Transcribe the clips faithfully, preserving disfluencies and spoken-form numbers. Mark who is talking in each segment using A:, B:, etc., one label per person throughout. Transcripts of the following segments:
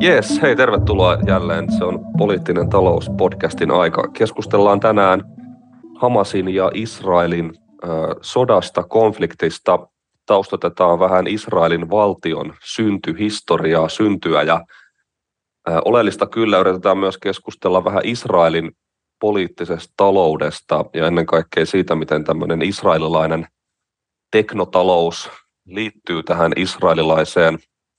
A: Jees, hei tervetuloa jälleen. Se on Poliittinen talous podcastin aika. Keskustellaan tänään Hamasin ja Israelin äh, sodasta, konfliktista. Taustatetaan vähän Israelin valtion syntyhistoriaa, syntyä ja äh, oleellista kyllä yritetään myös keskustella vähän Israelin poliittisesta taloudesta ja ennen kaikkea siitä, miten tämmöinen israelilainen teknotalous liittyy tähän israelilaiseen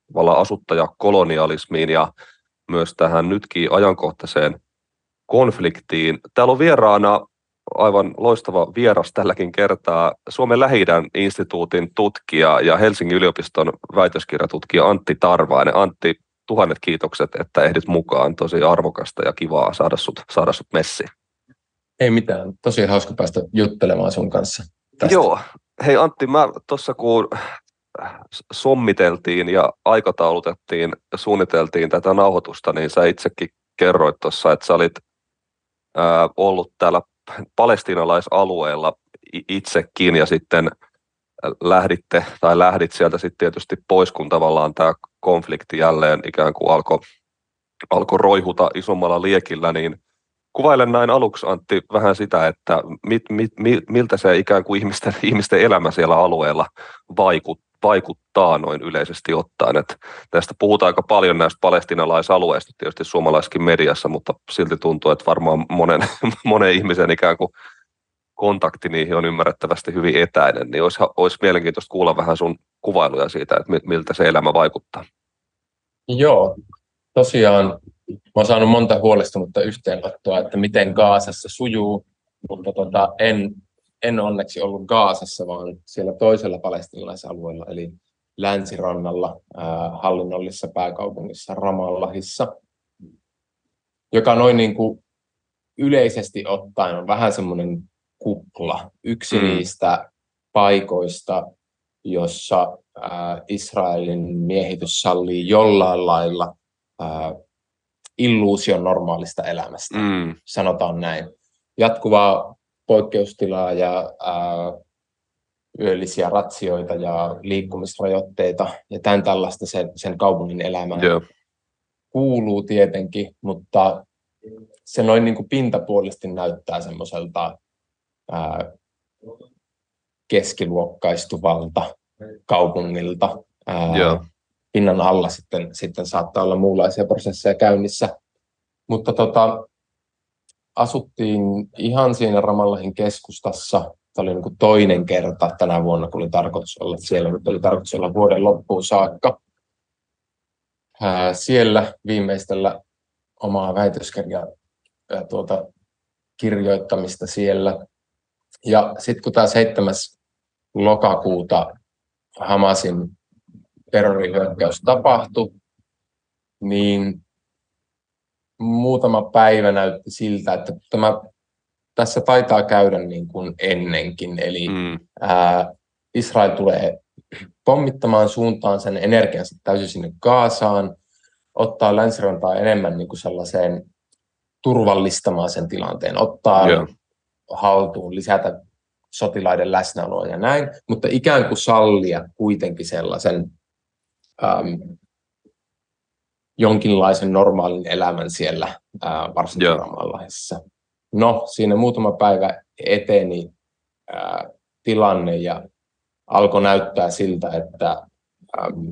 A: asuttajakolonialismiin ja myös tähän nytkin ajankohtaiseen konfliktiin. Täällä on vieraana aivan loistava vieras tälläkin kertaa Suomen Lähi-idän instituutin tutkija ja Helsingin yliopiston väitöskirjatutkija Antti Tarvainen. Antti, tuhannet kiitokset, että ehdit mukaan. Tosi arvokasta ja kivaa saada sut, saada sut messiin.
B: Ei mitään. Tosi hauska päästä juttelemaan sun kanssa tästä.
A: Joo. Hei Antti, mä tuossa kun sommiteltiin ja aikataulutettiin ja suunniteltiin tätä nauhoitusta, niin sä itsekin kerroit tuossa, että sä olit ää, ollut täällä palestiinalaisalueella itsekin ja sitten lähditte tai lähdit sieltä sitten tietysti pois, kun tavallaan tämä konflikti jälleen ikään kuin alkoi alko roihuta isommalla liekillä, niin kuvaile näin aluksi, Antti, vähän sitä, että mit, mit, miltä se ikään kuin ihmisten, ihmisten elämä siellä alueella vaikut, vaikuttaa noin yleisesti ottaen. Että tästä puhutaan aika paljon näistä palestiinalaisalueista, tietysti suomalaisessakin mediassa, mutta silti tuntuu, että varmaan monen, monen ihmisen ikään kuin kontakti niihin on ymmärrettävästi hyvin etäinen. Niin olisi, olisi mielenkiintoista kuulla vähän sun kuvailuja siitä, että miltä se elämä vaikuttaa.
B: Joo, tosiaan. Mä oon saanut monta huolestunutta yhteenottoa, että miten Gazassa sujuu, mutta tota, en, en onneksi ollut Gazassa, vaan siellä toisella palestiinalaisalueella, eli länsirannalla äh, hallinnollisessa pääkaupungissa Ramallahissa, joka noin niin kuin yleisesti ottaen on vähän semmoinen kupla. Yksi mm. niistä paikoista, jossa äh, Israelin miehitys sallii jollain lailla äh, illuusion normaalista elämästä, mm. sanotaan näin. Jatkuvaa poikkeustilaa ja ää, yöllisiä ratsioita ja liikkumisrajoitteita ja tämän tällaista sen, sen kaupungin elämään yeah. kuuluu tietenkin, mutta se noin niin kuin pintapuolisesti näyttää semmoiselta ää, keskiluokkaistuvalta kaupungilta. Ää, yeah. Pinnan alla sitten, sitten saattaa olla muunlaisia prosesseja käynnissä. Mutta tota, asuttiin ihan siinä Ramallahin keskustassa. Tämä oli niin kuin toinen kerta tänä vuonna, kun oli tarkoitus olla siellä. Nyt oli tarkoitus olla vuoden loppuun saakka. Ää, siellä viimeistellä omaa väitöskirjaa tuota, kirjoittamista siellä. Ja sitten kun tämä seitsemäs lokakuuta Hamasin terrorihyökkäys tapahtui, niin muutama päivä näytti siltä, että tämä, tässä taitaa käydä niin kuin ennenkin. Eli mm. ää, Israel tulee pommittamaan suuntaan sen energiansa täysin sinne Gazaan, ottaa länsirantaa enemmän niin kuin sellaiseen turvallistamaan sen tilanteen, ottaa yeah. haltuun, lisätä sotilaiden läsnäoloa ja näin, mutta ikään kuin sallia kuitenkin sellaisen Ähm, jonkinlaisen normaalin elämän siellä äh, varsinkin yeah. Ramallahissa. No, siinä muutama päivä eteni äh, tilanne ja alkoi näyttää siltä, että ähm,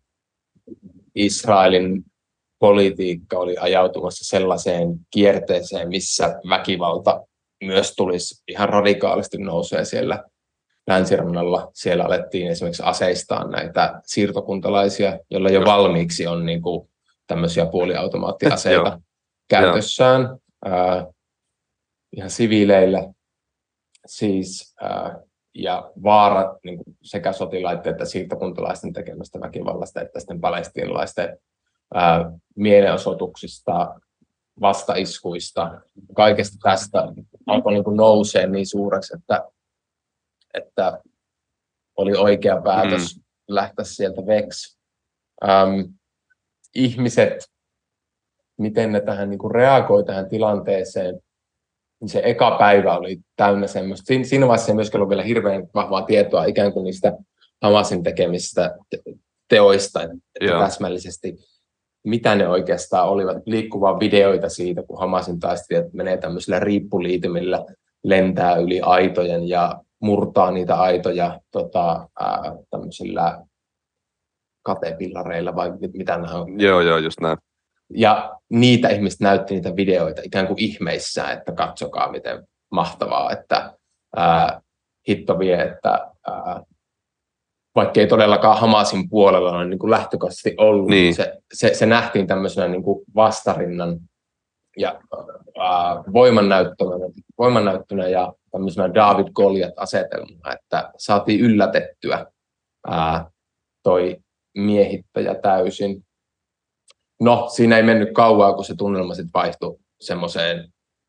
B: Israelin politiikka oli ajautumassa sellaiseen kierteeseen, missä väkivalta myös tulisi ihan radikaalisti nousee siellä länsirannalla. Siellä alettiin esimerkiksi aseistaa näitä siirtokuntalaisia, joilla jo valmiiksi on niin kuin tämmöisiä puoliautomaattiaseita käytössään. Ää, ihan siviileillä siis, ää, ja vaara niin kuin sekä sotilaiden että siirtokuntalaisten tekemästä väkivallasta että sitten palestiinalaisten ää, mielenosoituksista, vastaiskuista, kaikesta tästä alkoi niin kuin nousee niin suureksi, että että oli oikea päätös mm. lähteä sieltä veksi. Ähm, ihmiset, miten ne tähän niin kuin reagoi tähän tilanteeseen, niin se eka päivä oli täynnä semmoista. Siin, siinä vaiheessa ei myöskään ollut vielä hirveän vahvaa tietoa ikään kuin niistä Hamasin tekemistä te- teoista, että yeah. täsmällisesti mitä ne oikeastaan olivat. Liikkuvaa videoita siitä, kun Hamasin taistelijat menee tämmöisillä riippuliitymillä, lentää yli aitojen ja murtaa niitä aitoja tota, ää, tämmöisillä katepillareilla vai mitä nämä on.
A: Joo, joo, just näin.
B: Ja niitä ihmiset näytti niitä videoita ikään kuin ihmeissään, että katsokaa miten mahtavaa, että ää, hitto vie, että ää, vaikka ei todellakaan Hamasin puolella ole niin kuin lähtökohtaisesti ollut, niin. se, se, se nähtiin tämmöisenä niin kuin vastarinnan ja ää, voimannäyttönä, voimannäyttönä ja tämmöisenä David Goliat-asetelmana, että saatiin yllätettyä ää, toi miehittäjä täysin. No, siinä ei mennyt kauaa, kun se tunnelma sitten vaihtui semmoiseen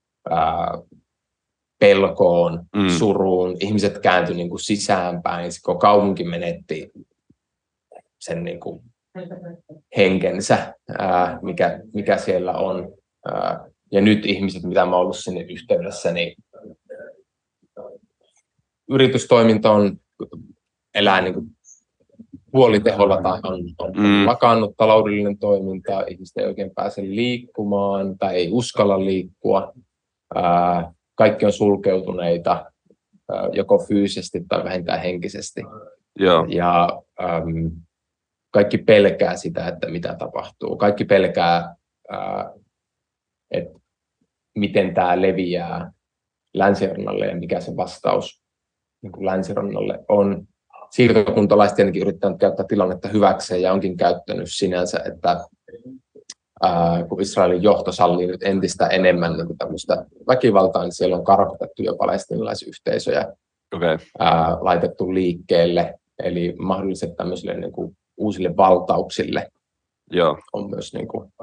B: pelkoon, mm. suruun. Ihmiset kääntyi niin kuin sisäänpäin, kun kaupunki menetti sen niin kuin henkensä, ää, mikä, mikä siellä on. Ää, ja nyt ihmiset, mitä mä oon ollut sinne yhteydessä, niin yritystoiminta on elää niin kuin puoliteholla tai on, on mm. lakannut taloudellinen toiminta, ihmiset ei oikein pääse liikkumaan tai ei uskalla liikkua. Ää, kaikki on sulkeutuneita, ää, joko fyysisesti tai vähintään henkisesti.
A: Joo.
B: Ja äm, kaikki pelkää sitä, että mitä tapahtuu. Kaikki pelkää, ää, että miten tämä leviää länsirannalle ja mikä se vastaus niin kuin länsirannalle on. Siirtokuntalaiset tietenkin yrittävät käyttää tilannetta hyväkseen ja onkin käyttänyt sinänsä, että ää, kun Israelin johto sallii nyt entistä enemmän niin kuin tämmöistä väkivaltaa, niin siellä on karkotettu jo palestiinalaisyhteisöjä,
A: okay.
B: ää, laitettu liikkeelle, eli mahdolliset tämmöisille niin kuin uusille valtauksille
A: Joo.
B: on myös, niin kuin,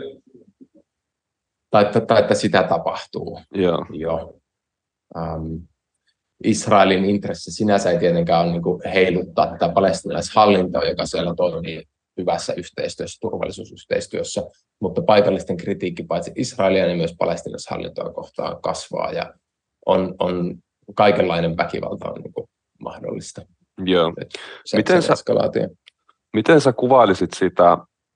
B: tai, tai, tai että sitä tapahtuu
A: Joo.
B: jo. Um, Israelin intressi sinänsä ei tietenkään ole niin kuin heiluttaa tätä palestiinalaishallintoa, joka siellä toimii hyvässä yhteistyössä, turvallisuusyhteistyössä, mutta paikallisten kritiikki paitsi Israelia, niin myös palestiinalaishallintoa kohtaan kasvaa ja on, on kaikenlainen väkivalta on niin kuin mahdollista.
A: Joo.
B: Se,
A: miten, sä, miten sä kuvailisit sitä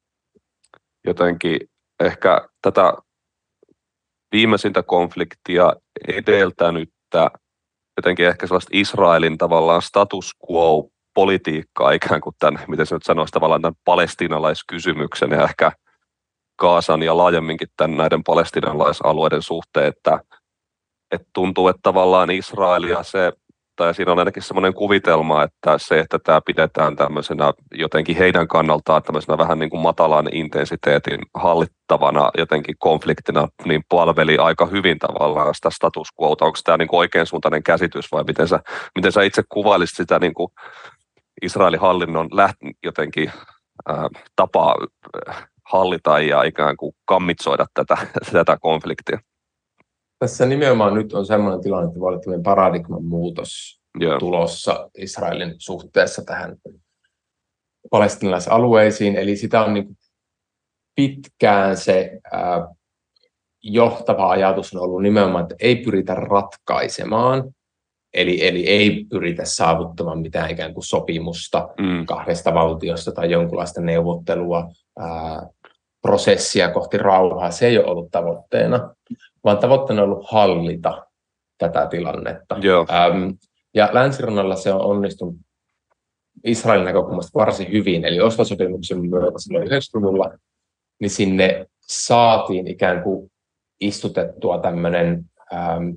A: jotenkin ehkä tätä viimeisintä konfliktia edeltänyttä jotenkin ehkä sellaista Israelin tavallaan status quo-politiikkaa ikään kuin tämän, miten se nyt sanoisi, tavallaan tämän palestiinalaiskysymyksen ja ehkä Gazan ja laajemminkin tämän näiden palestiinalaisalueiden suhteen, että, että tuntuu, että tavallaan Israelia se, tai siinä on ainakin semmoinen kuvitelma, että se, että tämä pidetään tämmöisenä jotenkin heidän kannaltaan tämmöisenä vähän niin kuin matalan intensiteetin hallittavana jotenkin konfliktina, niin palveli aika hyvin tavallaan sitä status quota. Onko tämä niin kuin oikeansuuntainen käsitys vai miten sä, miten sä itse kuvailisit sitä niin kuin Israelin hallinnon läht, jotenkin ää, tapaa hallita ja ikään kuin kammitsoida tätä, tätä konfliktia?
B: Tässä nimenomaan nyt on sellainen tilanne, että voi olla tämmöinen paradigman muutos yeah. tulossa Israelin suhteessa tähän palestiinalaisalueisiin. Eli sitä on niin pitkään se äh, johtava ajatus on ollut nimenomaan, että ei pyritä ratkaisemaan, eli, eli ei pyritä saavuttamaan mitään ikään kuin sopimusta mm. kahdesta valtiosta tai jonkunlaista neuvottelua, äh, prosessia kohti rauhaa. Se ei ole ollut tavoitteena, vaan tavoitteena on ollut hallita tätä tilannetta. Ähm, ja länsirannalla se on onnistunut Israelin näkökulmasta varsin hyvin, eli Oslo-sopimuksen myötä silloin yhdeksänkymmentäluvulla, niin sinne saatiin ikään kuin istutettua tämmöinen ähm,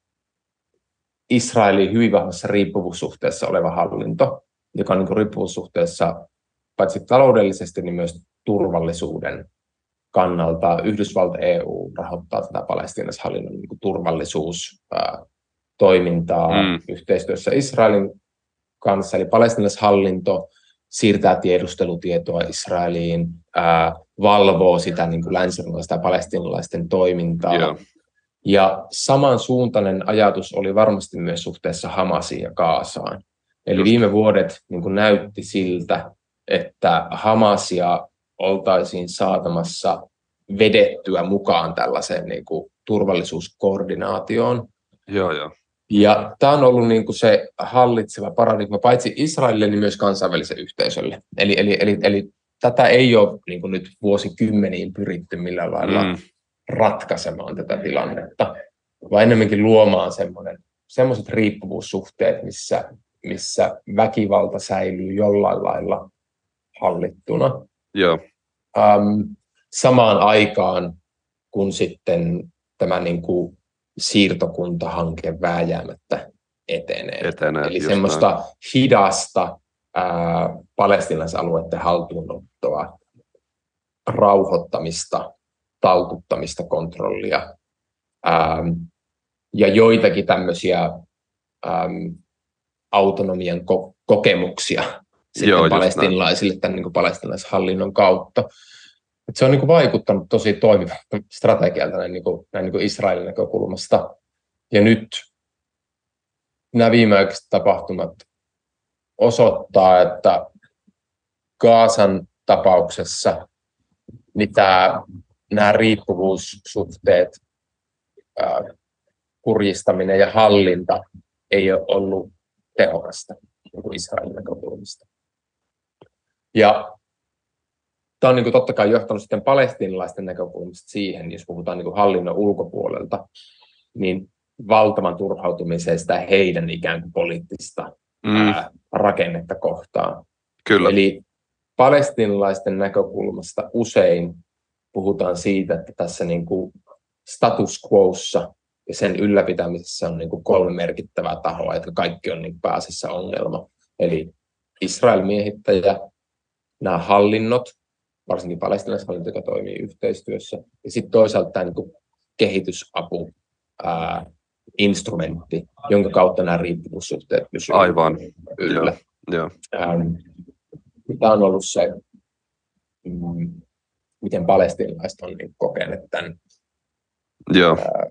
B: Israelin hyvin vahvassa riippuvuussuhteessa oleva hallinto, joka on niin kuin riippuvuussuhteessa paitsi taloudellisesti, niin myös turvallisuuden kannalta. Yhdysvalta E U rahoittaa tätä palestiinalaishallinnon niin kuin turvallisuustoimintaa mm. yhteistyössä Israelin kanssa. Eli palestiinalaishallinto siirtää tiedustelutietoa Israeliin, ää, valvoo sitä niin kuin länsirannalaista ja palestiinalaisten toimintaa. Yeah. Ja samansuuntainen ajatus oli varmasti myös suhteessa Hamasiin ja Gazaan. Eli Just. viime vuodet niin kuin näytti siltä, että Hamasia oltaisiin saatamassa vedettyä mukaan tällaiseen niin kuin turvallisuuskoordinaatioon.
A: Joo, joo.
B: Ja tämä on ollut niin kuin se hallitseva paradigma paitsi Israelille, niin myös kansainväliselle yhteisölle. Eli, eli, eli, eli tätä ei ole niin kuin nyt vuosikymmeniin pyritty millään lailla
A: Mm.
B: ratkaisemaan tätä tilannetta, vaan enemmänkin luomaan semmoiset riippuvuussuhteet, missä, missä väkivalta säilyy jollain lailla hallittuna.
A: Joo.
B: Um, samaan aikaan, kun sitten tämä niin kuin siirtokuntahanke vääjäämättä etenee.
A: etenee
B: Eli semmoista näin. hidasta ää, palestiinalaisalueiden haltuunottoa, rauhoittamista, taltuttamista, kontrollia ää, ja joitakin tämmöisiä ää, autonomian ko- kokemuksia sitten Joo, palestiinalaisille tämän niin kuin palestiinalaishallinnon kautta. Et se on niin kuin vaikuttanut tosi toimivalta strategialta näin, niin kuin, näin niin kuin Israelin näkökulmasta. Ja nyt nämä viimeaikaiset tapahtumat osoittaa, että Gazan tapauksessa niin tämä, nämä riippuvuussuhteet, ää, kurjistaminen ja hallinta ei ole ollut tehokasta niin kuin Israelin näkökulmasta. Ja tämä on niin kuin totta kai johtanut sitten palestiinalaisten näkökulmasta siihen, jos puhutaan niin kuin hallinnon ulkopuolelta, niin valtavan turhautumiseen sitä heidän ikään kuin poliittista mm. ää, rakennetta kohtaan.
A: Kyllä.
B: Eli palestiinalaisten näkökulmasta usein puhutaan siitä, että tässä niin kuin status quossa ja sen ylläpitämisessä on niin kuin kolme merkittävää tahoa, että kaikki on niin pääasiassa ongelma. Eli Israel-miehittäjä, nämä hallinnot, varsinkin palestiinalaishallinto, joka toimii yhteistyössä, ja sitten toisaalta tämä niin kuin kehitysapu, ää, instrumentti, jonka kautta nämä riippuvuussuhteet pysyvät
A: Aivan.
B: yllä.
A: Joo.
B: Ähm, tämä on ollut se, mm, miten palestiinalaiset on niin kokeneet tämän.
A: Joo.
B: Ää,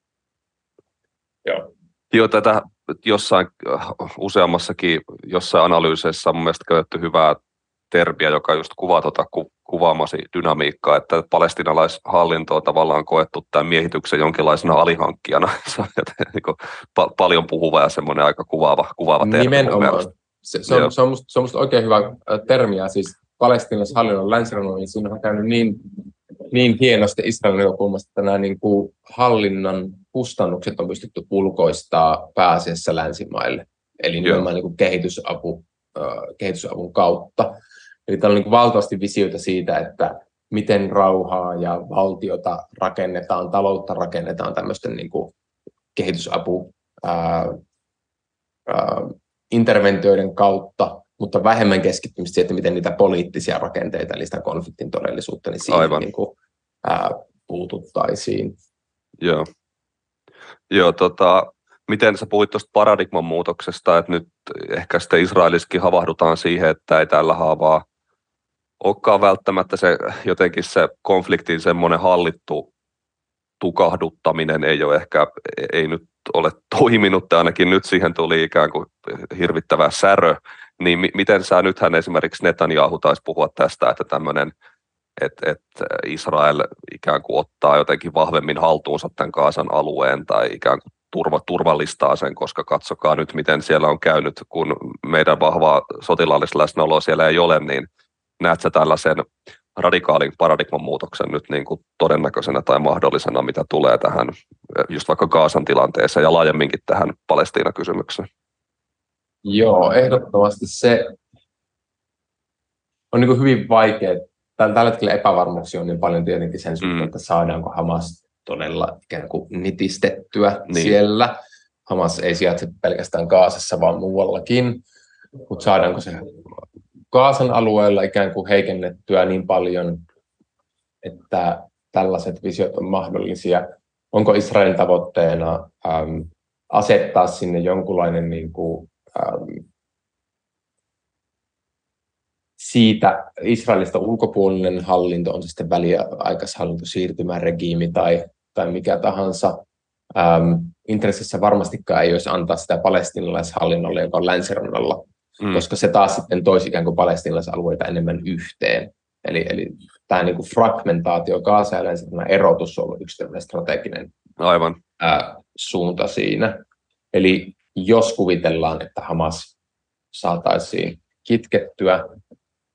B: joo.
A: Joo, tätä jossain useammassakin jossain analyyseissa on mun mielestä käytetty hyvää termiä, joka just kuvaa tuota ku, kuvaamasi dynamiikkaa, että palestiinalaishallinto on tavallaan koettu tämän miehityksen jonkinlaisena alihankkijana. Se on niin kuin pa- paljon puhuva ja semmoinen aika kuvaava, kuvaava termi.
B: Nimenomaan. Se, se, on, se, on musta, se on musta oikein hyvä termi, ja siis palestiinalaishallinnon länsirannalla, niin siinä on käynyt niin, niin hienosti Israelin näkökulmasta, että nämä niin kuin hallinnan kustannukset on pystytty ulkoistaa pääasiassa länsimaille, eli nimenomaan niin kuin kehitysapu, äh, kehitysavun kautta. Eli täällä on niin kuin valtavasti visioita siitä, että miten rauhaa ja valtiota rakennetaan, taloutta rakennetaan tämmöisten niin kuin kehitysapu ää, ää, interventioiden kautta, mutta vähemmän keskittymistä siihen, että miten niitä poliittisia rakenteita, eli sitä konfliktin todellisuutta, niin siihen niin kuin, ää, puututtaisiin.
A: Joo. Joo, tota, miten sä puhuit tuosta paradigman muutoksesta, että nyt ehkä sitten Israelissakin havahdutaan siihen, että ei tällä haavaa olekaan välttämättä se jotenkin se konfliktin semmoinen hallittu tukahduttaminen ei ole ehkä, ei nyt ole toiminut, tai ainakin nyt siihen tuli ikään kuin hirvittävä särö, niin mi- miten sä nythän esimerkiksi Netanyahu taisi puhua tästä, että tämmöinen, että et Israel ikään kuin ottaa jotenkin vahvemmin haltuunsa tämän Gazan alueen tai ikään kuin turva, turvallistaa sen, koska katsokaa nyt, miten siellä on käynyt, kun meidän vahvaa sotilaallista läsnäoloa siellä ei ole, niin näet sä tällaisen radikaalin paradigman muutoksen nyt niin kuin todennäköisenä tai mahdollisena, mitä tulee tähän just vaikka Gazan tilanteeseen ja laajemminkin tähän Palestiina-kysymykseen?
B: Joo, ehdottomasti se on niin kuin hyvin vaikea. Tällä, tällä hetkellä epävarmuuksia on niin paljon tietenkin sen suhteen, mm. että saadaanko Hamas todella ikään kuin nitistettyä niin. siellä. Hamas ei sijaitse pelkästään Gazassa, vaan muuallakin, mutta saadaanko se Gazan alueella ikään kuin heikennettyä niin paljon, että tällaiset visiot on mahdollisia. Onko Israelin tavoitteena äm, asettaa sinne jonkunlainen niin kuin, äm, siitä Israelista ulkopuolinen hallinto, on se sitten väliaikaishallinto, siirtymäregiimi tai, tai mikä tahansa. Äm, intressissä varmastikaan ei olisi antaa sitä palestiinalaishallinnolle, joka on länsirannalla, mm. koska se taas sitten toisi ikään kuin palestiinalaisalueita enemmän yhteen. Eli, eli tämä niin kuin fragmentaatio, Gazan ja länsirannan erotus on ollut yksi strateginen
A: Aivan.
B: Ää, suunta siinä. Eli jos kuvitellaan, että Hamas saataisiin kitkettyä,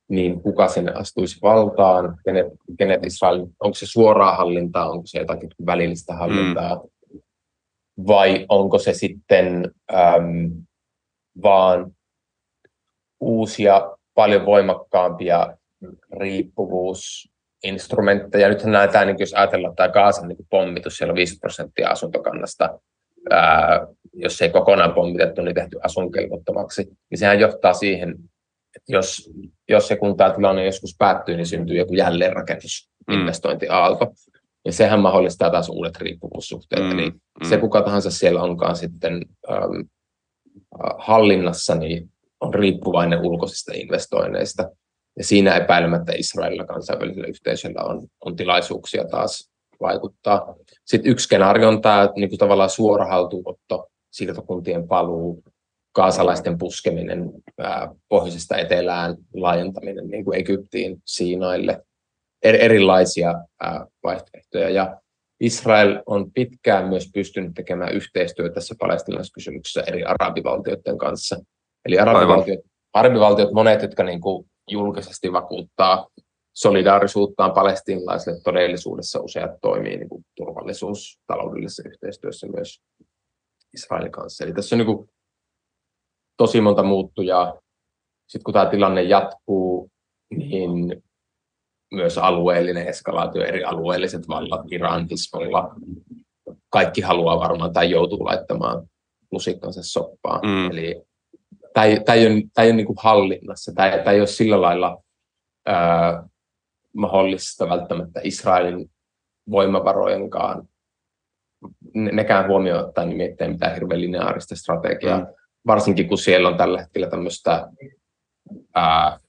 B: niin kuka sinne astuisi valtaan, kenet, kenet Israel, onko se suoraa hallintaa, onko se jotakin välillistä hallintaa, mm. vai onko se sitten äm, vaan uusia, paljon voimakkaampia riippuvuusinstrumentteja. Nythän näetään, niin jos ajatellaan tämä Gazan niin pommitus, siellä on viisi prosenttia asuntokannasta, ää, jos ei kokonaan pommitettu, niin tehty asunkelvottomaksi, niin sehän johtaa siihen, että jos, jos se kun tämä tilanne joskus päättyy, niin syntyy joku jälleenrakennusinvestointiaalto. Ja sehän mahdollistaa taas uudet riippuvuussuhteet. Mm, Eli mm. se, kuka tahansa siellä onkaan sitten ähm, hallinnassa, niin on riippuvainen ulkoisista investoinneista. Ja siinä epäilemättä Israelilla kansainvälisellä yhteisöllä on, on tilaisuuksia taas vaikuttaa. Sitten yksi skenaario on tämä niin kuin tavallaan suora haltuunotto, siirtokuntien paluu, kaasalaisten puskeminen ää, pohjoisesta etelään, laajentaminen niin kuin Egyptiin, Siinaille, er, erilaisia ää, vaihtoehtoja. Ja Israel on pitkään myös pystynyt tekemään yhteistyötä tässä palestiinalaiskysymyksessä eri arabivaltioiden kanssa. Eli arabivaltiot, arabivaltiot monet, jotka niin kuin julkisesti vakuuttaa solidaarisuuttaan palestiinalaisille, todellisuudessa useat toimii niin kuin turvallisuus taloudellisessa yhteistyössä myös Israelin kanssa. Eli tässä on niin kuin tosi monta muuttujaa. Sitten kun tämä tilanne jatkuu, niin myös alueellinen eskalaatio, eri alueelliset vallat, Iran, Hizbollah, kaikki haluaa varmaan tai joutuu laittamaan lusikkansa soppaan. Mm. Eli tämä ei, tämä ei ole, tämä ei ole niin kuin hallinnassa, tämä ei, tämä ei ole sillä lailla ää, mahdollista välttämättä Israelin voimavarojenkaan. Ne, nekään huomioon ottaen niin miettii mitään hirveän lineaarista strategiaa, mm. varsinkin kun siellä on tällä hetkellä tämmöistä ää,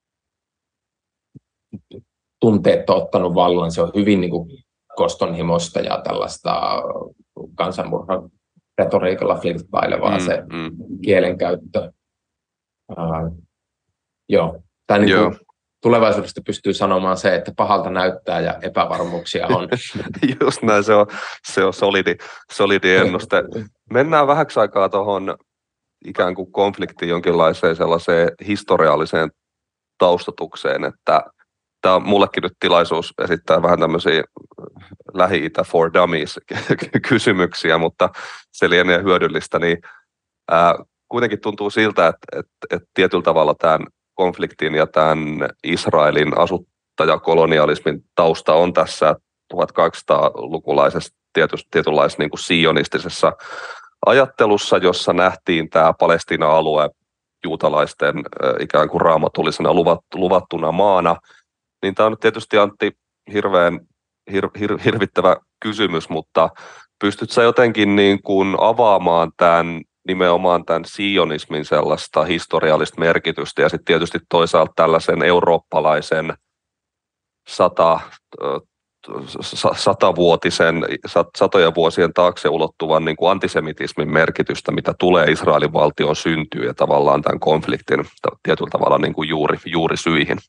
B: tunteet on ottanut vallan, se on hyvin niin kuin kostonhimosta ja tällaista kansanmurhan retoriikalla flirttailevaa mm, se mm. kielenkäyttö. Uh, joo, tämä niin joo. Tulevaisuudesta pystyy sanomaan se, että pahalta näyttää ja epävarmuuksia on.
A: Just näin, se on, se on solidi, solidi ennuste. Mennään vähäksi aikaa tuohon ikään kuin konfliktiin jonkinlaiseen sellaiseen historialliseen taustatukseen, että tämä on mullekin nyt tilaisuus esittää vähän tämmöisiä Lähi-itä for dummies-kysymyksiä, mutta se lienee hyödyllistä, niin ää, kuitenkin tuntuu siltä, että, että, että tietyllä tavalla tämän konfliktin ja tämän Israelin asuttajakolonialismin tausta on tässä tuhatkahdeksansataalukulaisessa tietynlaisessa niin kuin sionistisessa ajattelussa, jossa nähtiin tämä Palestiina-alue juutalaisten ää, ikään kuin raamatullisena luvat, luvattuna maana. Niin tämä on nyt tietysti, Antti, hirveän hir, hir, hirvittävä kysymys, mutta pystytkö sä jotenkin niin kuin avaamaan tämän, nimenomaan tämän sionismin sellaista historiallista merkitystä ja sitten tietysti toisaalta tällaisen eurooppalaisen sata, satavuotisen, satoja vuosien taakse ulottuvan niin kuin antisemitismin merkitystä, mitä tulee Israelin valtion syntyyn ja tavallaan tämän konfliktin tietyllä tavalla niin kuin juuri, juuri syihin?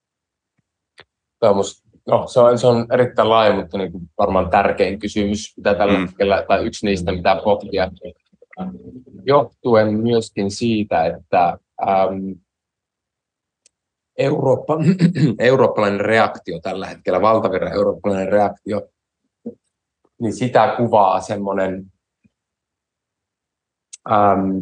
B: No, se, on, se on erittäin laaja, mutta niin kuin varmaan tärkein kysymys, mitä tällä mm. hetkellä, tai yksi niistä, mitä pohtia, johtuen myöskin siitä, että äm, Eurooppa, eurooppalainen reaktio tällä hetkellä, valtavirran eurooppalainen reaktio, niin sitä kuvaa semmoinen äm,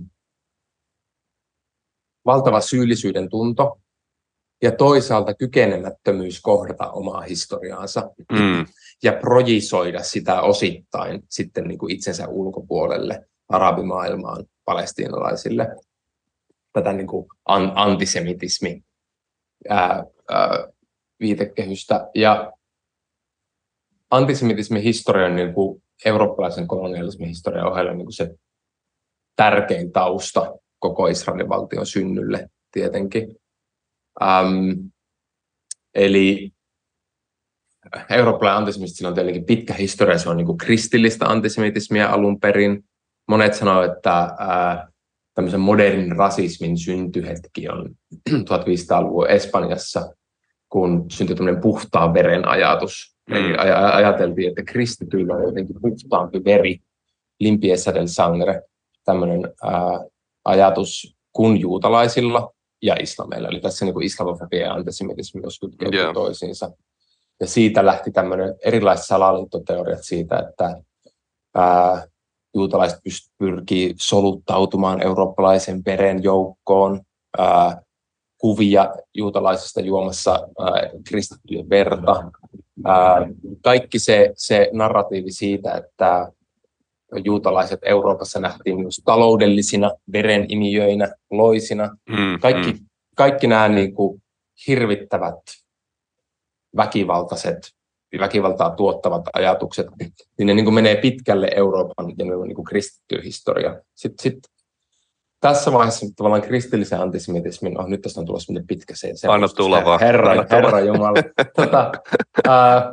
B: valtava syyllisyyden tunto, ja toisaalta kykenemättömyys kohdata omaa historiaansa mm. ja projisoida sitä osittain sitten niin kuin itsensä ulkopuolelle, arabimaailmaan, palestiinalaisille, tätä niin kuin antisemitismi ää, ää, viitekehystä. Ja antisemitismin historian, niin kuin eurooppalaisen kolonialismin historian ohella niin kuin se tärkein tausta koko Israelin valtion synnylle tietenkin. Um, eli eurooppalainen antisemitismi on tietenkin pitkä historia, se on niin kuin kristillistä antisemitismiä alun perin. Monet sanovat, että ää, tämmöisen modernin rasismin syntyhetki on tuhatviisisataaluvun Espanjassa, kun syntyi tämmöinen puhtaan veren ajatus. Mm. Eli aj- ajateltiin, että kristityillä on jotenkin puhtaampi veri, limpieza del sangre, tämmöinen ää, ajatus kuin juutalaisilla. ja islameilla. Eli tässä niin kuin islamofobia ja antisemitismi myös kytkeytyy
A: Yeah.
B: toisiinsa. Ja siitä lähti tämmöinen erilaiset salaliittoteoriat siitä, että ää, juutalaiset pyrkii soluttautumaan eurooppalaisen veren joukkoon, ää, kuvia juutalaisista juomassa ää, kristittyjen verta. Ää, kaikki se, se narratiivi siitä, että juutalaiset Euroopassa nähtiin myös taloudellisina verenimijöinä, loisina.
A: Mm,
B: Kaikki,
A: mm. kaikki
B: nämä niin kuin hirvittävät väkivaltaiset, väkivaltaa tuottavat ajatukset, niin ne niin kuin menee pitkälle Euroopan ja niin kuin kristittyyn historiaan. Sitten sit, tässä vaiheessa tavallaan kristillisen antisemitismin, oh, nyt tästä on tulossa pitkä se. se
A: Anna tulla vaan.
B: Herra,
A: Anna
B: herra
A: tulla.
B: Jumala. tota, äh,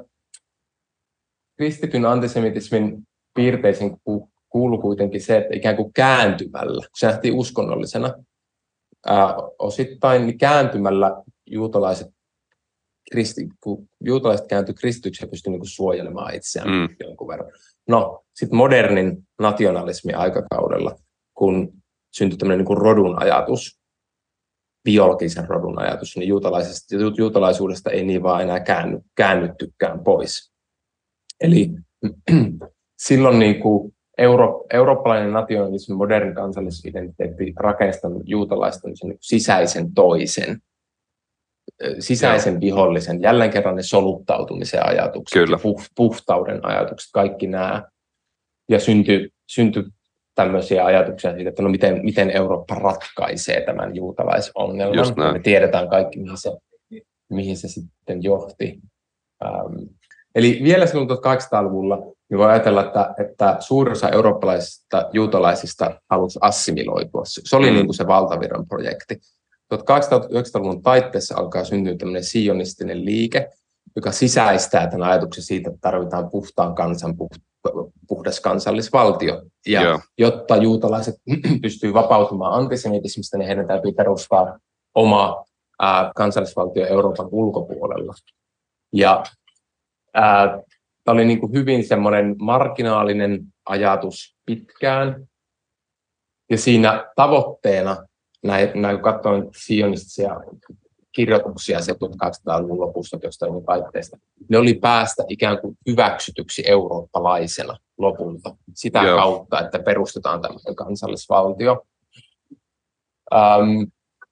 B: kristityn antisemitismin piirteisiin kuuluu kuitenkin se, että ikään kuin kääntymällä, se nähtiin uskonnollisena, ää, osittain niin kääntymällä juutalaiset, kristi, kun juutalaiset kääntyi kristityksi ja pystyi niin kuin suojelemaan itseään mm. jonkun verran. No, sitten modernin nationalismin aikakaudella, kun syntyi tämmöinen niin kuin rodun ajatus, biologisen rodun ajatus, niin juutalaisesta, juutalaisuudesta ei niin vaan enää käänny, käännyttykään pois. Eli silloin niin kuin euro, eurooppalainen nationalismi, moderni kansallisidentiteetti rakentaa juutalaisten niin sisäisen toisen, sisäisen vihollisen, jälleen kerran ne soluttautumisen ajatukset, puh, puhtauden ajatukset, kaikki nämä. Ja syntyi, syntyi tämmöisiä ajatuksia siitä, että no miten, miten Eurooppa ratkaisee tämän juutalaisongelman. Me tiedetään kaikki, mihin se, mihin se sitten johti. Ähm, eli vielä silloin tuhatkahdeksansataaluvulla niin voi ajatella, että, että suurin osa eurooppalaisista juutalaisista halusi assimiloitua. Se oli mm. niin kuin se valtavirran projekti. tuhatkahdeksansataayhdeksänkymmentäluvun taitteessa alkaa syntyä tämmöinen sionistinen liike, joka sisäistää tämän ajatuksen siitä, että tarvitaan puhtaan kansan, puhdas kansallisvaltio. Ja yeah. jotta juutalaiset pystyy vapautumaan antisemitismistä, niin heidän täytyy perustaa oma ää, kansallisvaltio Euroopan ulkopuolella. Ja ää, tämä oli niin kuin hyvin semmoinen marginaalinen ajatus pitkään. Ja siinä tavoitteena, näin, näin kun katsoin sionistisia kirjoituksia se tuhatkahdeksansataaluvun lopussa jostain taitteesta, ne oli päästä ikään kuin hyväksytyksi eurooppalaisena lopulta sitä Joo. kautta, että perustetaan tämmöinen kansallisvaltio. Ähm,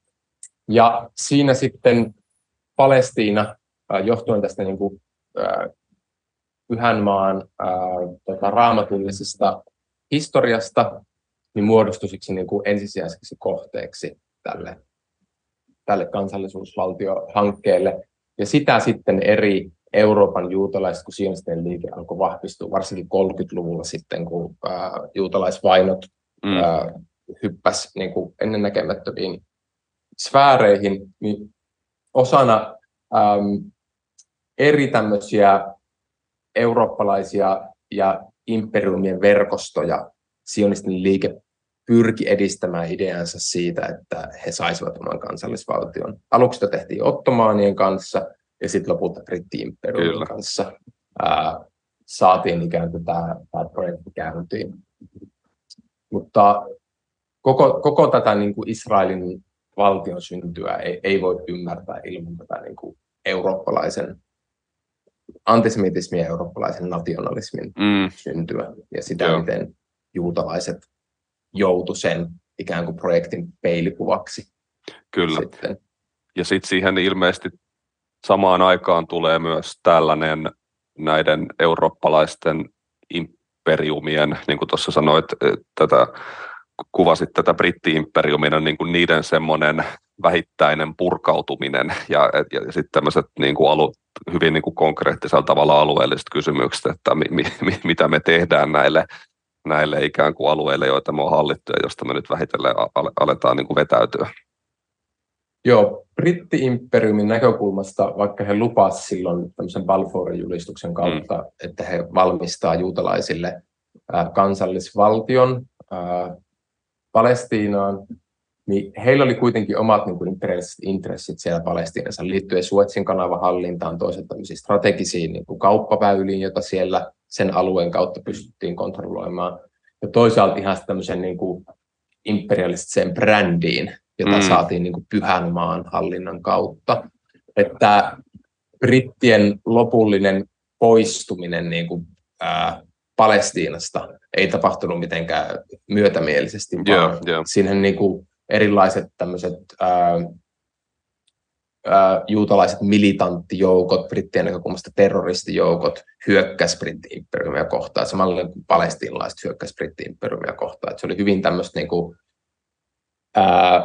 B: ja siinä sitten Palestiina, äh, johtuen tästä niin kuin, äh, Pyhän maan äh, tota, raamatullisesta historiasta, niin muodostui siksi niin kuin ensisijaiseksi kohteeksi tälle tälle kansallisuusvaltiohankkeelle. Ja sitä sitten eri Euroopan juutalaiset, kun sionistinen liike alkoi vahvistua, varsinkin kolmekymmentäluvulla sitten, kun ää, juutalaisvainot mm. ää, hyppäsi niin kuin ennennäkemättömiin sfääreihin, niin osana äm, eri tämmöisiä eurooppalaisia ja imperiumien verkostoja sionistinen liike pyrki edistämään ideansa siitä, että he saisivat oman kansallisvaltion. Aluksi sitä tehtiin ottomaanien kanssa ja sitten lopulta britti-imperiumin kanssa ää, saatiin ikään kuin tämä, tämä projekti käyntiin. Mutta koko, koko tätä niin kuin Israelin valtion syntyä ei, ei voi ymmärtää ilman tätä niin kuin eurooppalaisen antisemitismin ja eurooppalaisen nationalismin mm. syntyä ja sitä, Joo. miten juutalaiset joutui sen ikään kuin projektin peilikuvaksi.
A: Kyllä. Sitten. Ja sitten siihen ilmeisesti samaan aikaan tulee myös tällainen näiden eurooppalaisten imperiumien, niin kuin tuossa sanoit, tätä, kuvasit tätä britti-imperiumina, niin kuin niiden semmoinen vähittäinen purkautuminen ja, ja, ja sitten tämmöiset niin kuin alu, hyvin niin kuin konkreettisella tavalla alueelliset kysymykset, että mi, mi, mitä me tehdään näille näille ikään kuin alueille, joita me on hallittu ja josta me nyt vähitellen aletaan niin kuin vetäytyä. Joo, britti-imperiumin näkökulmasta, vaikka he lupasivat silloin tämmöisen Balfourin julistuksen kautta, mm. että he valmistaa juutalaisille äh, kansallisvaltion äh, Palestiinaan, niin heillä oli kuitenkin omat niin kuin imperialistiset intressit siellä Palestiinassa liittyen Suezin kanavan hallintaan, toisaalta tämmöisiin strategisiin niin kuin kauppaväyliin, joita siellä sen alueen kautta pystyttiin kontrolloimaan. Ja toisaalta ihan tämmöisen niin kuin imperialistiseen brändiin,
B: jota
A: Mm.
B: saatiin niin kuin pyhän maan hallinnan kautta. Että brittien lopullinen poistuminen niin kuin, ää, Palestiinasta ei tapahtunut mitenkään myötämielisesti, vaan
A: Yeah, yeah.
B: siinä niin kuin erilaiset tämmöiset ää, ää, juutalaiset militanttijoukot, brittien näkökulmasta terroristijoukot, hyökkäsi britti-imperiumia kohtaan, samalla kuin palestiinalaiset hyökkäsi britti-imperiumia kohtaan. Että se oli hyvin tämmöistä, niin kuin, ää,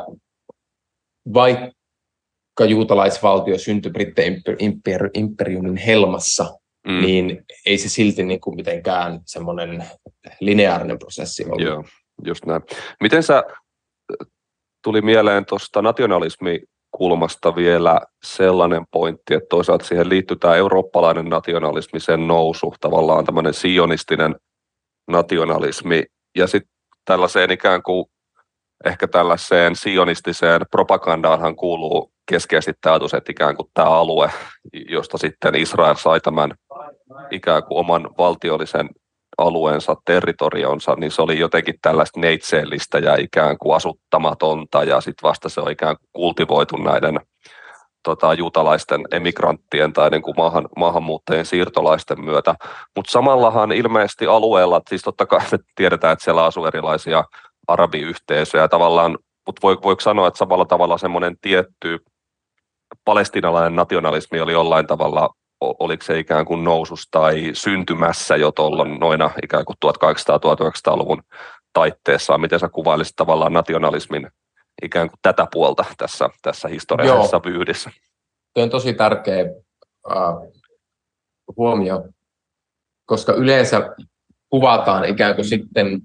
B: vaikka juutalaisvaltio syntyi britti-imperiumin helmassa, mm. niin ei se silti niin kuin mitenkään semmoinen lineaarinen prosessi ollut.
A: Joo, just näin. Miten sä, tuli mieleen tuosta nationalismikulmasta vielä sellainen pointti, että toisaalta siihen liittyy tämä eurooppalainen nationalismi, sen nousu, tavallaan tämmöinen sionistinen nationalismi, ja sitten tällaiseen ikään kuin, ehkä tällaiseen sionistiseen propagandaanhan kuuluu keskeisesti tämä ajatus, että ikään kuin tämä alue, josta sitten Israel sai tämän ikään kuin oman valtiollisen alueensa, territorionsa, niin se oli jotenkin tällaista neitseellistä ja ikään kuin asuttamatonta, ja sitten vasta se on ikään kuin kultivoitu näiden tota, juutalaisten emigranttien tai niin kuin maahan, maahanmuuttajien siirtolaisten myötä. Mutta samallahan ilmeisesti alueella, siis totta kai me tiedetään, että siellä asuu erilaisia arabiyhteisöjä tavallaan, mutta voi, voiko sanoa, että samalla tavalla semmoinen tietty palestiinalainen nationalismi oli jollain tavalla, oliko se ikään kuin nousussa tai syntymässä jo tuolloin noina ikään kuin tuhatkahdeksansataa-tuhatyhdeksänsataaluvun taitteessa, miten sä kuvailisit tavallaan nationalismin ikään kuin tätä puolta tässä, tässä historiallisessa vyyhdissä?
B: Tuo on tosi tärkeä uh, huomio, koska yleensä kuvataan ikään kuin sitten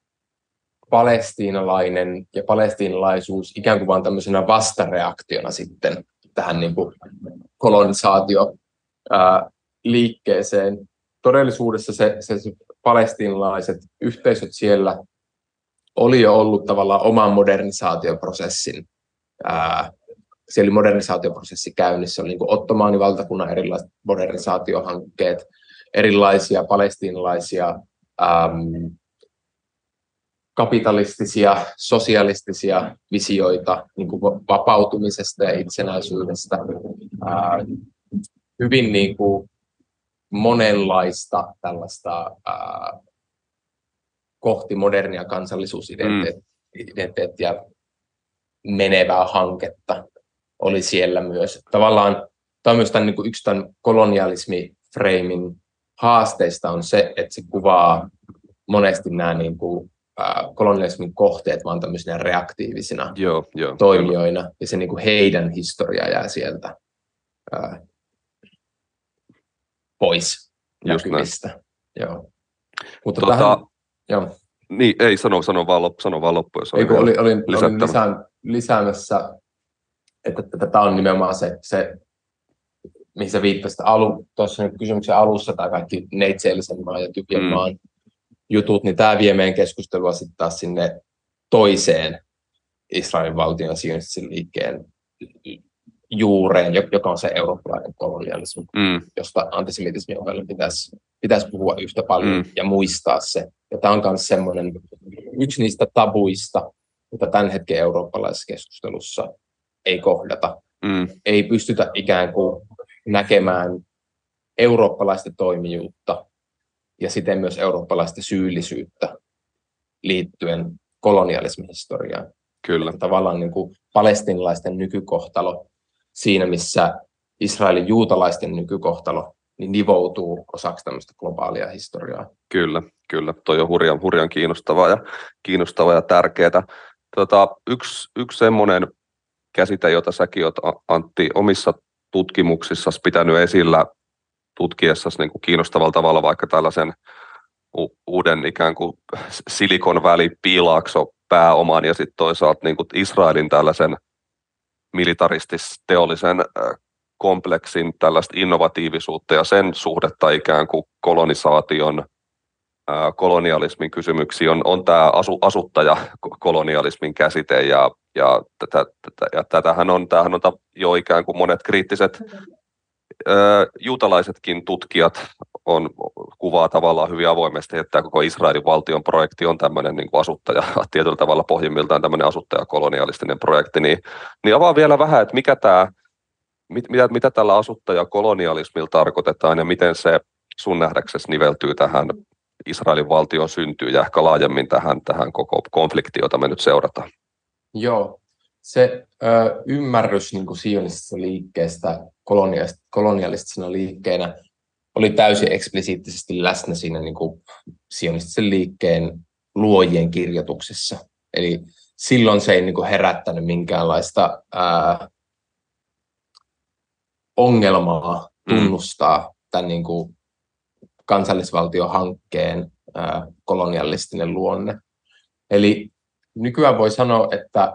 B: palestiinalainen ja palestiinalaisuus ikään kuin vain tämmöisenä vastareaktiona sitten tähän niin kuin kolonisaatio ää, liikkeeseen. Todellisuudessa se, se, se palestiinalaiset yhteisöt siellä oli jo ollut tavallaan oman modernisaatioprosessin. Ää, siellä oli modernisaatioprosessi käynnissä, oli niin kuin Ottomaanivaltakunnan erilaiset modernisaatiohankkeet, erilaisia palestiinalaisia äm, kapitalistisia, sosialistisia visioita niin kuin vapautumisesta ja itsenäisyydestä. Ää, hyvin niin kuin monenlaista tällaista ää, kohti modernia kansallisuusidentiteettiä mm. menevää hanketta oli siellä myös. Tavallaan tämä on myös tämän, niin kuin yksi tämän kolonialismi-freimin haasteista on se, että se kuvaa monesti nämä niin kuin kolonialismin kohteet vaan tämmöisinä reaktiivisina
A: joo, joo,
B: toimijoina,
A: kyllä.
B: Ja se niin kuin heidän historia jää sieltä ää, pois näkyvistä. Joo. Mutta
A: tota,
B: tähän, joo.
A: Niin, ei, sano, sano vaan loppu, sano vaan loppu, jos
B: ei, oli, olin, olin lisään, lisäämässä, että tätä on nimenomaan se, se mihin sä viittasit alu, tuossa kysymyksen alussa, tai kaikki neitseellisen maan ja tyhjän mm. maan jutut, niin tämä vie meidän keskustelua sitten taas sinne toiseen Israelin valtion sionistisen liikkeen juureen, joka on se eurooppalainen kolonialismi, mm. josta antisemitismin ohella pitäisi, pitäisi puhua yhtä paljon mm. ja muistaa se. Ja tämä on myös semmoinen yksi niistä tabuista, jota tämän hetken eurooppalaisessa keskustelussa ei kohdata. Mm. Ei pystytä ikään kuin näkemään eurooppalaista toimijuutta ja siten myös eurooppalaista syyllisyyttä liittyen kolonialismihistoriaan.
A: Kyllä.
B: Että tavallaan niin kuin palestiinalaisten nykykohtalo siinä, missä Israelin juutalaisten nykykohtalo niin nivoutuu osaksi tämmöistä globaalia historiaa.
A: Kyllä, kyllä. Toi on hurjan, hurjan kiinnostavaa ja, kiinnostavaa ja tärkeää. Tota, yksi, yksi semmoinen käsite, jota säkin olet, Antti, omissa tutkimuksissasi pitänyt esillä tutkiessasi niin kuin kiinnostavalla tavalla vaikka tällaisen u- uuden ikään kuin Silicon Valley piilaakso pääoman ja sitten toisaalta niin kuin Israelin tällaisen militaristis-teollisen kompleksin tällaista innovatiivisuutta ja sen suhdetta ikään kuin kolonisaation, ää, kolonialismin kysymyksiin on, on tämä asu, asuttajakolonialismin käsite ja, ja, tätä, tätä, ja tätähän on, tämähän on jo ikään kuin monet kriittiset ää, juutalaisetkin tutkijat on, kuvaa tavallaan hyvin avoimesti, että tämä koko Israelin valtion projekti on tämmöinen niin kuin asuttaja, tietyllä tavalla pohjimmiltaan tämmöinen asuttajakolonialistinen projekti, niin, niin avaa vielä vähän, että mikä tämä, mit, mitä, mitä tällä asuttajakolonialismilla tarkoitetaan ja miten se sun nähdäksesi niveltyy tähän Israelin valtion syntyyn ja ehkä laajemmin tähän, tähän koko konfliktiin, jota me nyt seurataan.
B: Joo, se ö, ymmärrys niin kuin sionistisesta liikkeestä kolonialistisena liikkeenä oli täysin eksplisiittisesti läsnä siinä niin kuin sionistisen liikkeen luojien kirjoituksessa. Eli silloin se ei niin kuin herättänyt minkäänlaista ää, ongelmaa tunnustaa mm. tämän niin kuin kansallisvaltiohankkeen ää, kolonialistinen luonne. Eli nykyään voi sanoa, että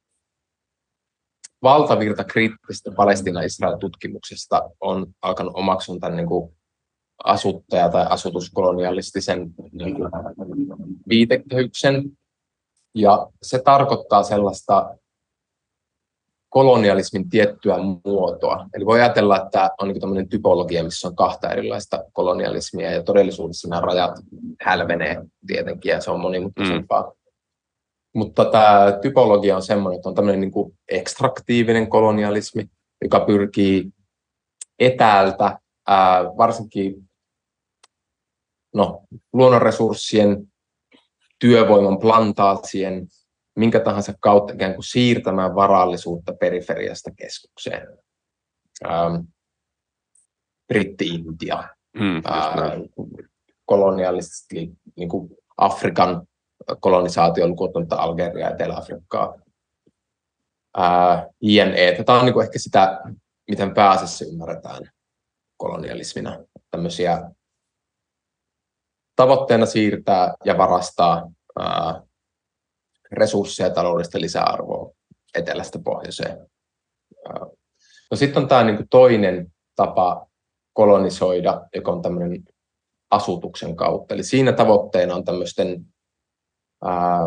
B: valtavirta kriittisestä Palestiina-Israel-tutkimuksesta on alkanut omaksun tämän niin kuin asuttaja- tai asutuskolonialistisen niin kuin viitekehyksen. Ja se tarkoittaa sellaista kolonialismin tiettyä muotoa. Eli voi ajatella, että on niin tämmöinen typologia, missä on kahta erilaista kolonialismia, ja todellisuudessa nämä rajat hälvenee tietenkin, ja se on monimutkaisempaa. Mm. Mutta tämä typologia on semmoinen, että on tämmöinen niin kuin ekstraktiivinen kolonialismi, joka pyrkii etäältä, ää, varsinkin no, luonnonresurssien, työvoiman, plantaatsien, minkä tahansa kautta ikään kuin siirtämään varallisuutta periferiasta keskukseen. Ähm, Britti-Intia,
A: mm,
B: äh, kolonialistisesti niin kuin Afrikan kolonisaatio, lukuottamatta Algeria ja Etelä-Afrikkaa, äh, jne. Tämä on niin kuin ehkä sitä, miten pääasiassa ymmärretään kolonialismina. Tämmöisiä tavoitteena siirtää ja varastaa äh, resursseja ja taloudellista lisäarvoa etelästä pohjoiseen. No sitten on tämä niin kuin toinen tapa kolonisoida, joka on tämmöinen asutuksen kautta. Eli siinä tavoitteena on tämmöisten ää,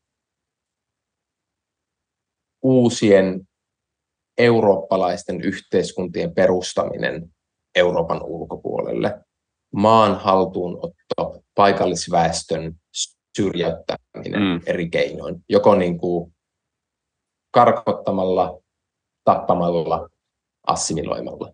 B: uusien eurooppalaisten yhteiskuntien perustaminen Euroopan ulkopuolelle, maan haltuunotto, paikallisväestön syrjäyttäminen mm. eri keinoin, joko niin kuin karkottamalla, tappamalla, assimiloimalla.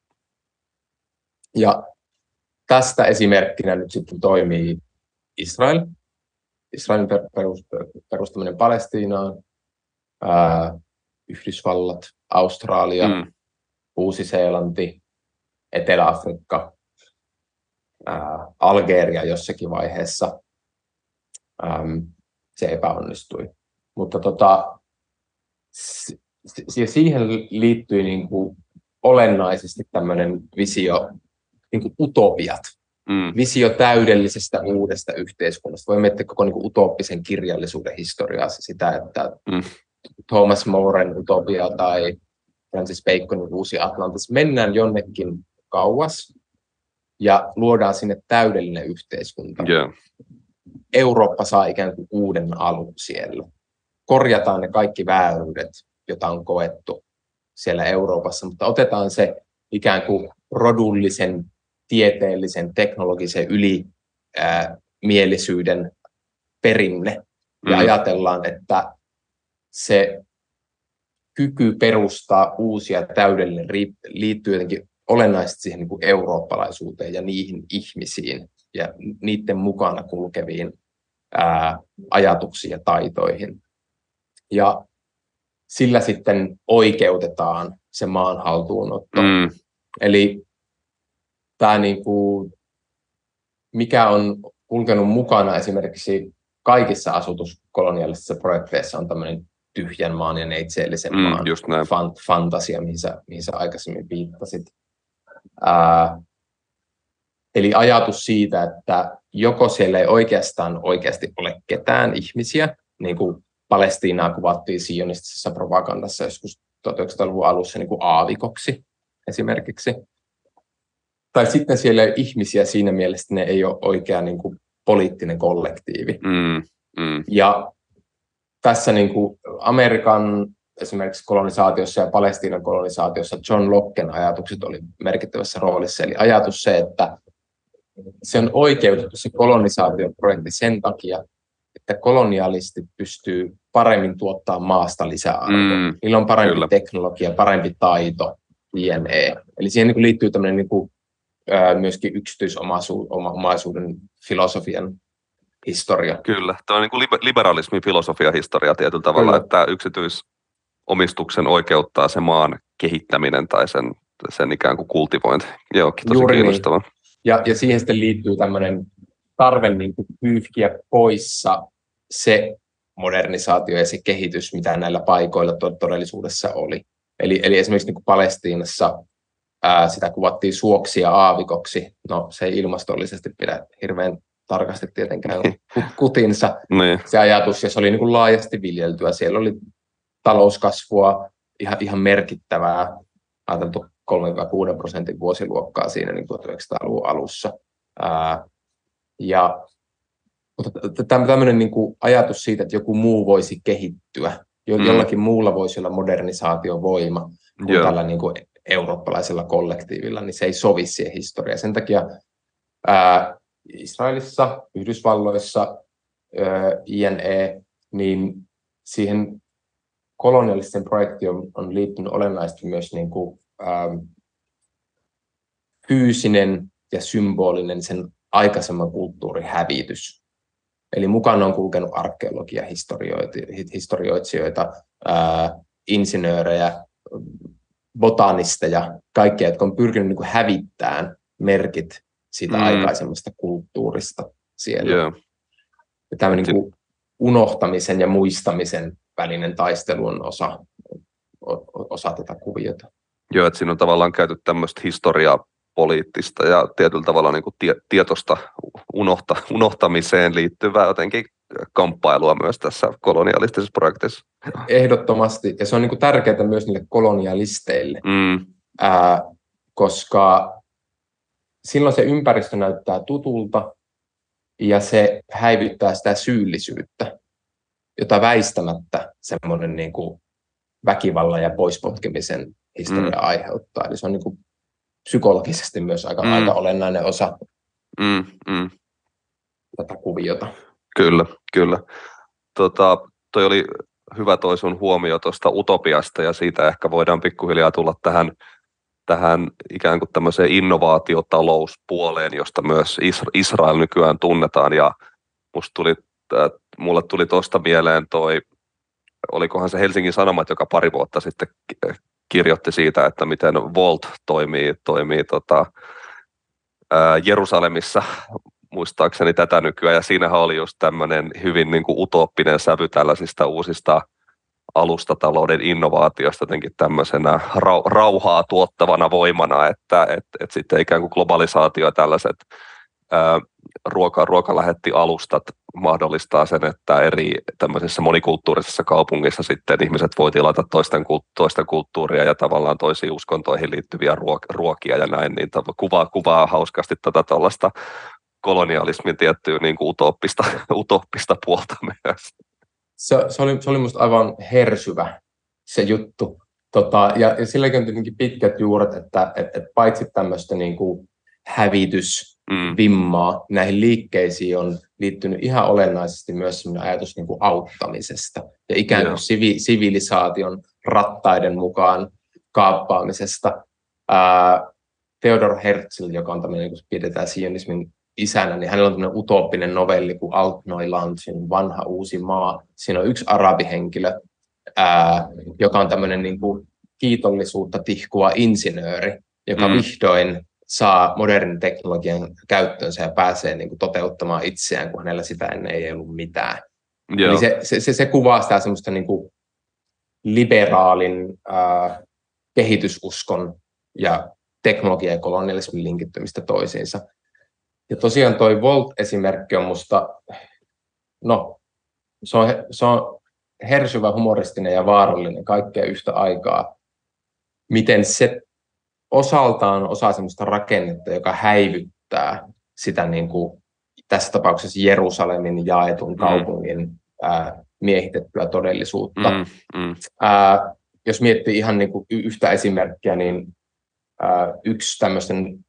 B: Ja tästä esimerkkinä nyt sitten toimii Israel, Israelin perustaminen Palestiinaan, ää, Yhdysvallat, Australia, mm. Uusi-Seelanti, Etelä-Afrikka, ää, Algeria jossakin vaiheessa. Ähm, se epäonnistui. Mutta tota, si- si- siihen liittyy niin kuin olennaisesti tämmöinen visio, niin kuin utopiat. Mm. Visio täydellisestä uudesta yhteiskunnasta. Voi miettiä koko niin kuin utopisen kirjallisuuden historiaa, sitä, että mm. Thomas Moren utopia tai Francis Baconin Uusi Atlantis. Mennään jonnekin kauas ja luodaan sinne täydellinen yhteiskunta.
A: Yeah.
B: Eurooppa saa ikään kuin uuden alun siellä. Korjataan ne kaikki vääryydet, joita on koettu siellä Euroopassa, mutta otetaan se ikään kuin rodullisen, tieteellisen, teknologisen ylimielisyyden perinne. Ja mm. ajatellaan, että se kyky perustaa uusia täydellinen liittyy jotenkin olennaisesti siihen niin kuin eurooppalaisuuteen ja niihin ihmisiin ja niiden mukana kulkeviin ää, ajatuksiin ja taitoihin. Ja sillä sitten oikeutetaan se maan haltuunotto. Mm. Eli tämä, niin kuin, mikä on kulkenut mukana esimerkiksi kaikissa asutuskolonialistisissa projekteissa, on tämmöinen tyhjän maan ja neitseellisen maan mm, fan, fantasia, mihin sä, mihin sä aikaisemmin viittasit. Ää, eli ajatus siitä, että joko siellä ei oikeastaan oikeasti ole ketään ihmisiä, niin kuin Palestiinaa kuvattiin sionistisessa propagandassa joskus tuhatyhdeksänsataaluvun alussa niin kuin aavikoksi esimerkiksi. Tai sitten siellä ei ole ihmisiä siinä mielessä, että ne ei ole oikea niin kuin poliittinen kollektiivi. Mm, mm. Ja tässä niin kuin Amerikan esimerkiksi kolonisaatiossa ja Palestiinan kolonisaatiossa John Locken ajatukset oli merkittävässä roolissa. Eli ajatus se, että se on oikeutettu se kolonisaatioprojekti sen takia, että kolonialistit pystyy paremmin tuottaa maasta lisäarvoa. Mm, Niillä on parempi kyllä. teknologia, parempi taito, jne. Eli siihen niin kuin liittyy tämmöinen niin kuin, ää, myöskin yksityisomaisuuden filosofian historia.
A: Kyllä, tämä on niin kuin liberalismin filosofian historia tietyllä tavalla, kyllä. että yksityisomistuksen oikeuttaa se maan kehittäminen tai sen, sen ikään kuin kultivointi. Joo, tosi Juuri kiinnostavaa. Niin.
B: Ja, ja siihen sitten liittyy tämmöinen tarve niin kuin pyyhkiä poissa se modernisaatio ja se kehitys, mitä näillä paikoilla todellisuudessa oli. Eli, eli esimerkiksi niin kuin Palestiinassa ää, sitä kuvattiin suoksi ja aavikoksi. No se ei ilmastollisesti pidä hirveän tarkasti tietenkään kutinsa niin. se ajatus, ja se oli niin kuin laajasti viljeltyä. Siellä oli talouskasvua ihan, ihan merkittävää, ajateltu kolme kuusi prosentin vuosiluokkaa siinä niin tuhatyhdeksänsataaluvun alussa. Ää, ja mutta tämmöinen niin kuin ajatus siitä, että joku muu voisi kehittyä, jollakin mm. muulla voisi olla modernisaatiovoima kuin Joo. tällä niin kuin eurooppalaisella kollektiivilla, niin se ei sovi siihen historiaan. Sen takia ää, Israelissa, Yhdysvalloissa, ää, jne, niin siihen kolonialisten projektiin on, on liittynyt olennaisesti myös niin kuin, ää, fyysinen ja symbolinen sen aikaisemman kulttuurin hävitys. Eli mukana on kulkenut arkeologia, historioitsijoita, ää, insinöörejä, botanisteja, kaikkia, jotka on pyrkinyt niin kuin hävittämään merkit siitä mm. aikaisemmasta kulttuurista siellä. Yeah. Ja tämä niin kuin unohtamisen ja muistamisen välinen taistelu on osa, osa tätä kuviota.
A: Joo, että siinä on tavallaan käyty tämmöistä historiaa, poliittista ja tietyllä tavalla niin kuin tie, tietoista unohta, unohtamiseen liittyvää jotenkin kamppailua myös tässä kolonialistisessa projektissa.
B: Ehdottomasti, ja se on niin kuin tärkeää myös niille kolonialisteille, mm. ää, koska silloin se ympäristö näyttää tutulta ja se häivyttää sitä syyllisyyttä, jota väistämättä semmoinen niin kuin väkivallan ja poispotkemisen historia mm. aiheuttaa. Eli se on niin kuin psykologisesti myös aika, mm. aika olennainen osa mm, mm. tätä kuviota.
A: Kyllä, kyllä. Tota, toi oli hyvä toi sun huomio tuosta utopiasta, ja siitä ehkä voidaan pikkuhiljaa tulla tähän, tähän ikään kuin tämmöiseen innovaatiotalouspuoleen, josta myös Israel nykyään tunnetaan, ja musta tuli, äh, mulle tuli tuosta mieleen toi, olikohan se Helsingin Sanomat, joka pari vuotta sitten kirjoitti siitä, että miten Volt toimii, toimii tota, ää, Jerusalemissa, muistaakseni tätä nykyään, ja siinähän oli just tämmöinen hyvin niin kuin utooppinen sävy tällaisista uusista alustatalouden innovaatioista jotenkin tämmöisenä rau, rauhaa tuottavana voimana, että et, et sitten ikään kuin globalisaatio ja tällaiset ää, ruoka, ruokalähettialustat mahdollistaa sen, että eri tämmöisessä monikulttuurisessa kaupungissa sitten ihmiset voi tilata toisten, toisten kulttuuria ja tavallaan toisiin uskontoihin liittyviä ruokia ja näin, niin kuvaa, kuvaa hauskasti tätä tuollaista kolonialismin tiettyä niin kuin utooppista, utooppista puolta myös.
B: Se, se, oli, se oli musta aivan hersyvä se juttu. Tota, ja, ja silläkin on tietenkin pitkät juuret, että et, et paitsi tämmöistä niin kuin hävitysvimmaa, mm. näihin liikkeisiin on liittynyt ihan olennaisesti myös sellainen ajatus niin kuin auttamisesta ja ikään kuin sivi, sivilisaation rattaiden mukaan kaappaamisesta. Ää, Theodor Herzl, joka on tämmöinen, kun pidetään sionismin isänä, niin hänellä on tämmöinen utooppinen novelli kuin Alt-Neuland, vanha uusi maa. Siinä on yksi arabihenkilö, ää, joka on tämmöinen niin kuin kiitollisuutta tihkuva insinööri, joka mm. vihdoin saa modernin teknologian käyttöönsä ja pääsee niin kuin toteuttamaan itseään, kun hänellä sitä ennen ei ollut mitään. Eli se, se, se, se kuvaa sitä semmoista niin kuin liberaalin ää, kehitysuskon ja teknologian ja kolonialismin linkittymistä toisiinsa. Ja tosiaan toi Volt-esimerkki on musta, no, se on, se on hersyvä, humoristinen ja vaarallinen kaikkea yhtä aikaa. Miten se osaltaan osa semmoista rakennetta, joka häivyttää sitä niin kuin, tässä tapauksessa Jerusalemin jaetun kaupungin mm. ää, miehitettyä todellisuutta. Mm, mm. Ää, jos miettii ihan niin kuin yhtä esimerkkiä, niin ää, yksi tämmöisten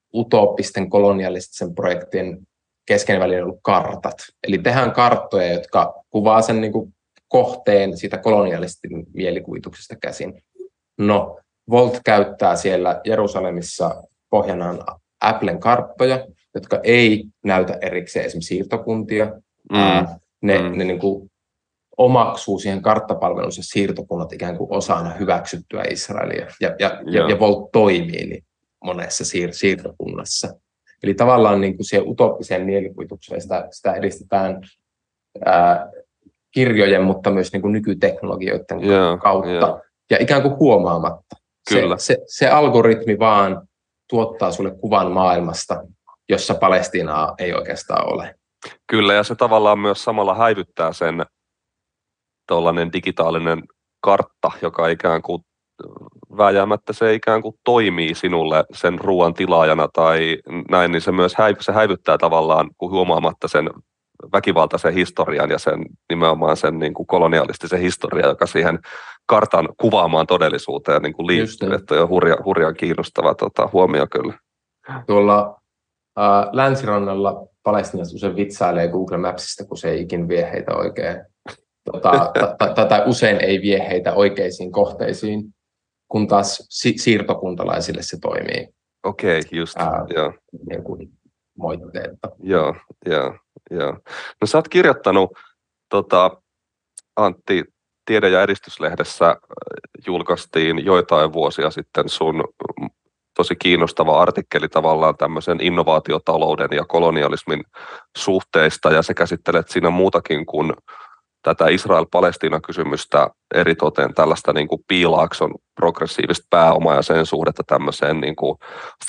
B: utooppisten kolonialistisen projektien keskeinen väline on ollut kartat. Eli tehdään karttoja, jotka kuvaa sen niin kuin kohteen siitä kolonialistin mielikuvituksesta käsin. No, Volt käyttää siellä Jerusalemissa pohjanaan Applen karttoja, jotka ei näytä erikseen esimerkiksi siirtokuntia. Mm. Ää, ne mm. ne niin kuin omaksuu siihen karttapalvelunsa siirtokunnat ikään kuin osana hyväksyttyä Israelia. Ja, ja, ja, ja Volt toimii niin monessa siir- siirtokunnassa. Eli tavallaan niin kuin siihen utooppiseen mielikuvitukseen sitä, sitä edistetään ää, kirjojen, mutta myös niin kuin nykyteknologioiden yeah, kautta. Yeah. Ja ikään kuin huomaamatta. Kyllä. Se, se, se algoritmi vaan tuottaa sulle kuvan maailmasta, jossa Palestiinaa ei oikeastaan ole.
A: Kyllä, ja se tavallaan myös samalla häivyttää sen tuollainen digitaalinen kartta, joka ikään kuin vääjäämättä se ikään kuin toimii sinulle sen ruoan tilaajana tai näin, niin se myös häiv- se häivyttää tavallaan kun huomaamatta sen väkivaltaisen historian ja sen nimenomaan sen niin kuin kolonialistisen historian, joka siihen kartan kuvaamaan todellisuuteen niin kuin liittyy. Niin. Että on hurja, hurjan kiinnostava tota, huomio kyllä.
B: Tuolla äh, länsirannalla Palestiinassa usein vitsailee Google Mapsista, kun se ei ikin vie heitä oikein. Tota, tai, tai, tai usein ei vie heitä oikeisiin kohteisiin, kun taas si- siirtokuntalaisille se toimii.
A: Okei, okay, just, Ää, joo.
B: Niin kuin moitteetta.
A: Joo, joo, joo. No sä oot kirjoittanut, tota, Antti, Tiede- ja edistyslehdessä julkaistiin joitain vuosia sitten sun tosi kiinnostava artikkeli tavallaan tämmöisen innovaatiotalouden ja kolonialismin suhteista, ja sä käsittelet siinä muutakin kuin tätä Israel-Palestiina-kysymystä eritoten tällaista niin kuin Piilaakson progressiivista pääomaa ja sen suhdetta tämmöiseen niin kuin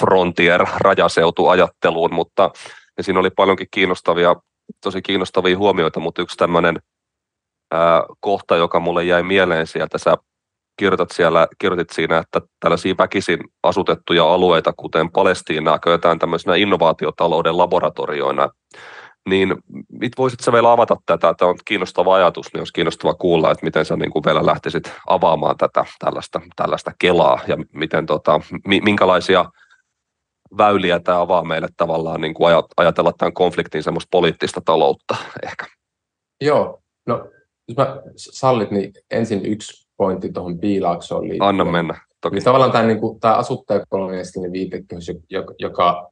A: frontier-rajaseutuajatteluun, mutta ja siinä oli paljonkin kiinnostavia, tosi kiinnostavia huomioita, mutta yksi tämmöinen ää, kohta, joka mulle jäi mieleen sieltä, sä kirjoitat siellä, kirjoitit siinä, että tällaisia väkisin asutettuja alueita, kuten Palestiinaa, käytetään tämmöisenä innovaatiotalouden laboratorioina. Niin mit voisit sä vielä avata tätä? Tämä on kiinnostava ajatus, niin olisi kiinnostava kuulla, että miten sä niin kuin vielä lähtisit avaamaan tätä tällaista, tällaista kelaa ja miten, tota, minkälaisia väyliä tämä avaa meille tavallaan niin kuin ajatella tämän konfliktin semmoista poliittista taloutta ehkä.
B: Joo, no jos mä sallit, niin ensin yksi pointti tuohon Piilaaksoon liittyen.
A: Anna mennä, toki.
B: Niin tavallaan tämä, niin kuin, tämä asuttajakolonialistinen viitekehys, joka, joka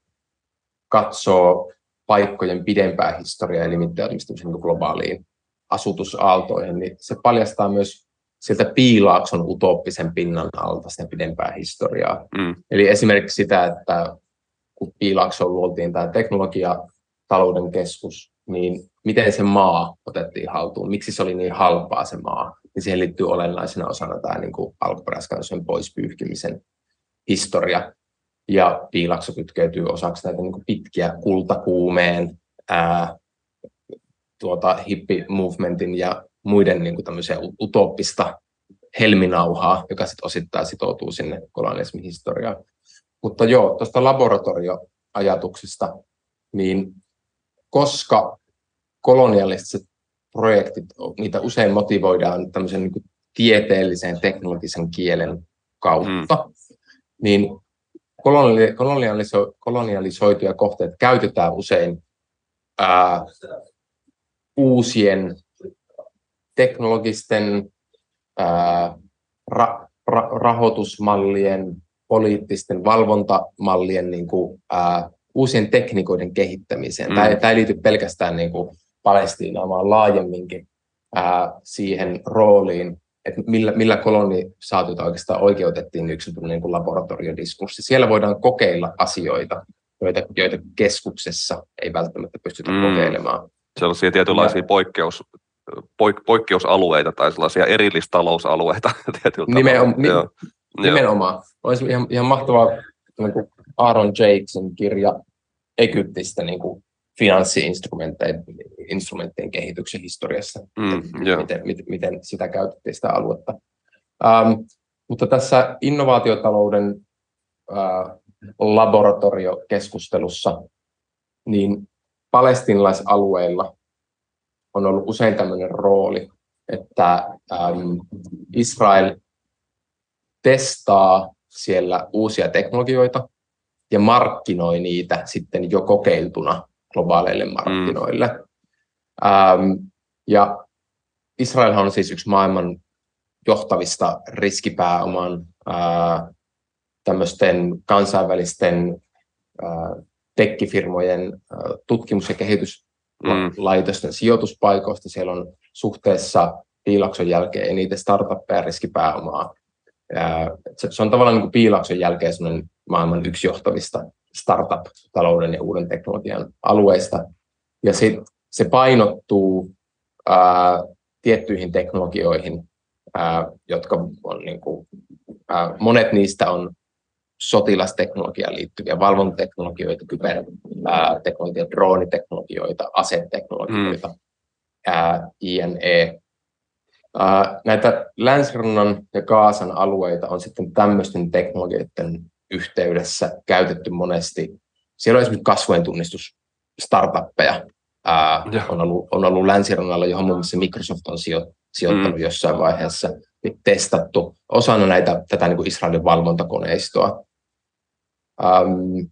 B: katsoo paikkojen pidempää historiaa, eli mitään niin globaaliin asutusaaltoihin, niin se paljastaa myös sieltä Piilaakson utooppisen pinnan alta sitä pidempää historiaa. Mm. Eli esimerkiksi sitä, että kun Piilaaksoon luotiin tämä teknologiatalouden keskus, niin miten se maa otettiin haltuun, miksi se oli niin halpaa se maa, niin siihen liittyy olennaisena osana tämä niin kuin alkuperäiskansojen poispyyhkimisen historia. Ja Piilaakso kytkeytyy osaksi näitä niin kuin pitkiä kultakuumeen, ää, tuota, hippie-movementin ja muiden niin kuin utooppista helminauhaa, joka sitten osittain sitoutuu sinne kolonialismin historiaan. Mutta joo, tuosta laboratorioajatuksesta, niin koska kolonialistiset projektit, niitä usein motivoidaan tämmöisen niin kuin tieteellisen teknologisen kielen kautta, mm. niin kolonialiso- kolonialisoituja kohteet käytetään usein ää, uusien teknologisten ää, ra- ra- rahoitusmallien, poliittisten valvontamallien niin kuin, ää, uusien tekniikoiden kehittämiseen. Mm. Tämä, tämä ei liity pelkästään niin kuin Palestiinaan, vaan laajemminkin ää, siihen rooliin, että millä, millä kolonisaatiota oikeastaan oikeutettiin, niin yksi niin kuin laboratoriodiskurssi. Siellä voidaan kokeilla asioita, joita, joita keskuksessa ei välttämättä pystytä mm. kokeilemaan.
A: Sellaisia tietynlaisia ja, poikkeus, poik, poikkeusalueita tai sellaisia erillistalousalueita.
B: Nimen, ni, Joo. Nimenomaan. Olisi ihan, ihan mahtavaa niin kuin Aaron Jakesin kirja Egyptistä niin kuin finanssi-instrumenttien kehityksen historiassa, mm, miten, miten, miten sitä käytettiin sitä aluetta. Ähm, mutta tässä innovaatiotalouden äh, laboratoriokeskustelussa niin palestiinalaisalueilla on ollut usein tämmöinen rooli, että ähm, Israel testaa siellä uusia teknologioita ja markkinoi niitä sitten jo kokeiltuna globaaleille markkinoille. Mm. Ähm, ja Israel on siis yksi maailman johtavista riskipääoman äh, tämmöisten kansainvälisten äh, tekkifirmojen äh, tutkimus- ja kehityslaitosten mm. sijoituspaikoista. Siellä on suhteessa Piilakson jälkeen eniten startuppeja riskipääomaa. Äh, se, se on tavallaan niin kuin Piilakson jälkeen maailman yksi johtavista startup-talouden ja uuden teknologian alueista. Ja sit, se painottuu äh, tiettyihin teknologioihin, äh, jotka on niin kuin, äh, monet niistä on sotilasteknologiaan liittyviä valvontateknologioita, kyberteknologioita, drooniteknologioita, aseteknologioita, mm. ää, jne. Ää, näitä Länsirannan ja Gazan alueita on sitten tämmöisten teknologioiden yhteydessä käytetty monesti. Siellä on esimerkiksi kasvojen tunnistus startuppeja. Ää, on, ollut, on ollut Länsirannalla, johon muun muassa Microsoft on sijo, sijoittanut mm. jossain vaiheessa, testattu osana näitä, tätä niin kuin Israelin valvontakoneistoa. Um,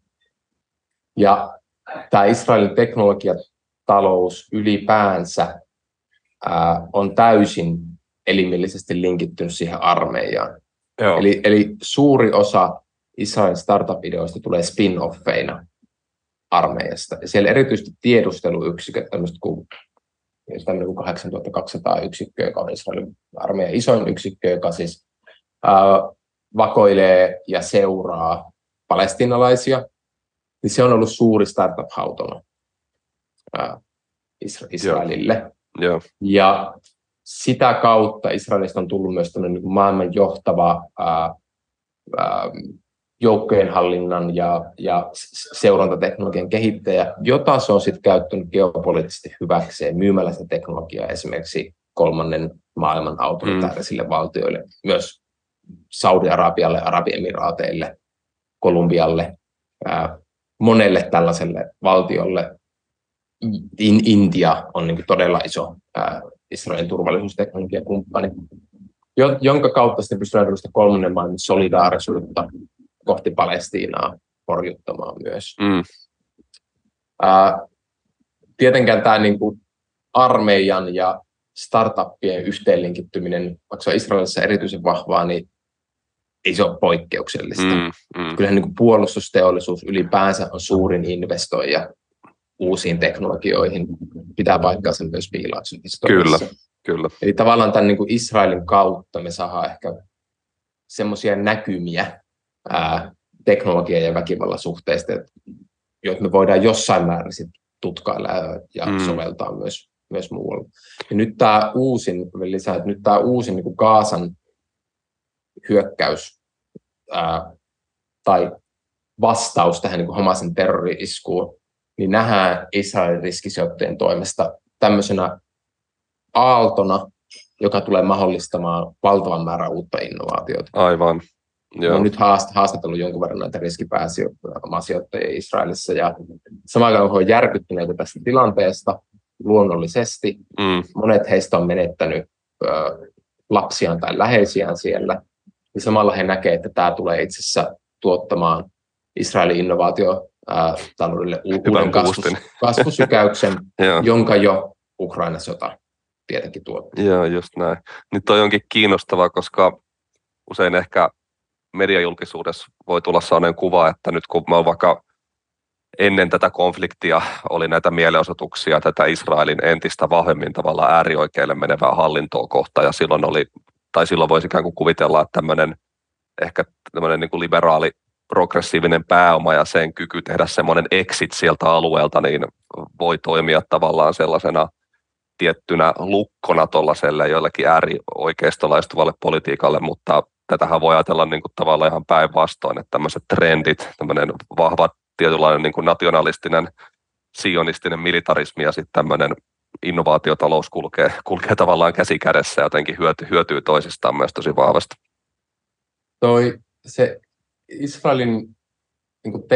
B: ja tämä Israelin teknologiatalous ylipäänsä uh, on täysin elimellisesti linkittynyt siihen armeijaan. Eli, eli suuri osa Israelin startup-ideoista tulee spin-offeina armeijasta. Ja siellä erityisesti tiedusteluyksiköt, tämmöiset kuin, kuin kahdeksantuhattakaksisataa yksikköä, joka on Israelin armeijan isoin yksikkö, joka siis uh, vakoilee ja seuraa palestiinalaisia, niin se on ollut suuri startup-hautoma ää, Israelille. Yeah. Yeah. Ja sitä kautta Israelista on tullut myös niin maailman johtava ää, ää, joukkojenhallinnan ja, ja seurantateknologian kehittäjä, jota se on sitten käyttänyt geopoliittisesti hyväkseen myymällä sitä teknologiaa esimerkiksi kolmannen maailman autoritäärisille mm. valtioille, myös Saudi-Arabialle, Arabiemiraateille, Kolumbialle, ää, monelle tällaiselle valtiolle. In, Intia on niin kuin todella iso ää, Israelin turvallisuusteknologiakumppani, jo, jonka kautta sitten pystytään sitä kolmannen maailman solidaarisuutta kohti Palestiinaa horjuttamaan myös. Mm. Ää, tietenkään tämä niin kuin armeijan ja startuppien yhteenlinkittyminen, vaikka se on Israelissa erityisen vahvaa, niin ei se ole poikkeuksellista. Mm, mm. Kyllähän niin kuin puolustusteollisuus ylipäänsä on suurin investoija uusiin teknologioihin. Pitää paikkaansa myös Piilakson historiassa.
A: Kyllä, kyllä.
B: Eli tavallaan tämän niin kuin Israelin kautta me saadaan ehkä semmoisia näkymiä ää, teknologian ja väkivallan suhteista, joita me voidaan jossain määrin sit tutkailla ja mm. soveltaa myös, myös muualla. Ja nyt tämä uusin, lisää, että nyt tämä uusin niin kuin Gazan hyökkäys ää, tai vastaus tähän niin kuin Hamasin terrori-iskuun, niin nähdään Israelin riskisijoittajien toimesta tämmöisenä aaltona, joka tulee mahdollistamaan valtavan määrän uutta innovaatiota.
A: Aivan. Joo.
B: Olen nyt haastatellut jonkun verran näitä riskipääsijoittajia Israelissa, ja samaan aikaan he ovat järkyttyneitä tästä tilanteesta luonnollisesti. Mm. Monet heistä on menettänyt ö, lapsiaan tai läheisiään siellä. Ja samalla he näkevät, että tämä tulee itse asiassa tuottamaan Israelin innovaatiotaloudelle uuden kasvus, kasvusykäyksen, jonka jo Ukrainan sota tietenkin tuottaa.
A: Joo, just näin. Nyt toi onkin kiinnostavaa, koska usein ehkä mediajulkisuudessa voi tulla sellainen kuva, että nyt kun me on vaikka ennen tätä konfliktia oli näitä mielenosoituksia, tätä Israelin entistä vahvemmin tavallaan äärioikeille menevää hallintoa kohtaan, ja silloin oli, tai silloin voisi ikään kuin kuvitella, että tämmöinen ehkä tämmöinen niin kuin liberaali progressiivinen pääoma ja sen kyky tehdä semmoinen exit sieltä alueelta, niin voi toimia tavallaan sellaisena tiettynä lukkona tuollaiselle jollekin äärioikeistolaistuvalle politiikalle, mutta tätähän voi ajatella niin kuin tavallaan ihan päinvastoin, että tämmöiset trendit, tämmöinen vahva tietynlainen niin kuin nationalistinen, sionistinen militarismi ja sitten tämmöinen innovaatiotalous kulkee, kulkee tavallaan käsi kädessä ja jotenkin hyöty, hyötyy toisistaan myös tosi vahvasti.
B: Toi se Israelin niin kuin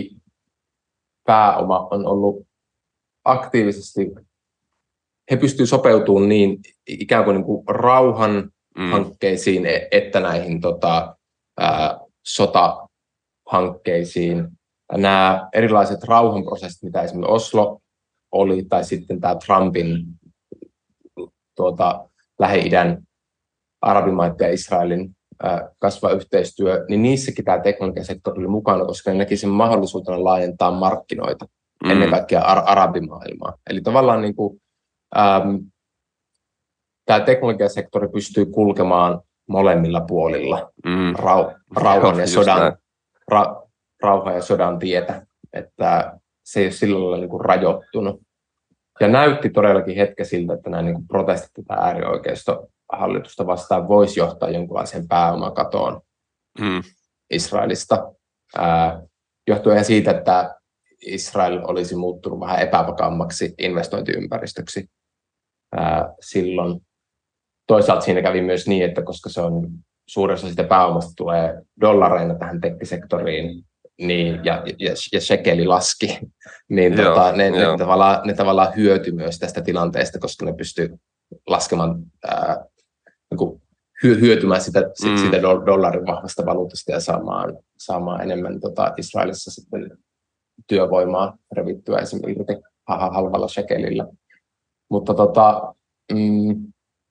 B: tekki-pääoma on ollut aktiivisesti, he pystyvät sopeutumaan niin ikään kuin, niin kuin rauhan mm. hankkeisiin, että näihin tota, ää, sotahankkeisiin. nämä erilaiset rauhanprosessit, mitä esimerkiksi Oslo oli, tai sitten tämä Trumpin tuota, Lähi-idän, Arabimaiden ja Israelin äh, kasvava yhteistyö, niin niissäkin tämä teknologiasektori oli mukana, koska ne näki sen mahdollisuutena laajentaa markkinoita, mm. ennen kaikkea ar- arabimaailmaa. Eli tavallaan niin kuin, ähm, tämä teknologiasektori pystyy kulkemaan molemmilla puolilla mm. rau- rauhan, ja sodan, ra- rauhan ja sodan tietä, että se ei ole sillä lailla niin kuin rajoittunut. Ja näytti todellakin hetken siltä, että nämä niin kuin protestit tai äärioikeistohallitusta vastaan voisi johtaa jonkinlaiseen pääomakatoon mm. Israelista, ää, johtuen siitä, että Israel olisi muuttunut vähän epävakaammaksi investointiympäristöksi ää, silloin. Toisaalta siinä kävi myös niin, että koska se on suurin osa siitä pääomasta tulee dollareina tähän tekkisektoriin, niin, ja, ja, ja shekeli laski, niin joo, tota, ne, ne, tavallaan, ne tavallaan hyötyi myös tästä tilanteesta, koska ne pystyy laskemaan, ää, niin kuin hyötymään sitä, mm. sitä dollarin vahvasta valuutasta ja saamaan, saamaan enemmän tota, Israelissa sitten työvoimaa revittyä esimerkiksi halvalla shekelillä. Mutta tota, mm,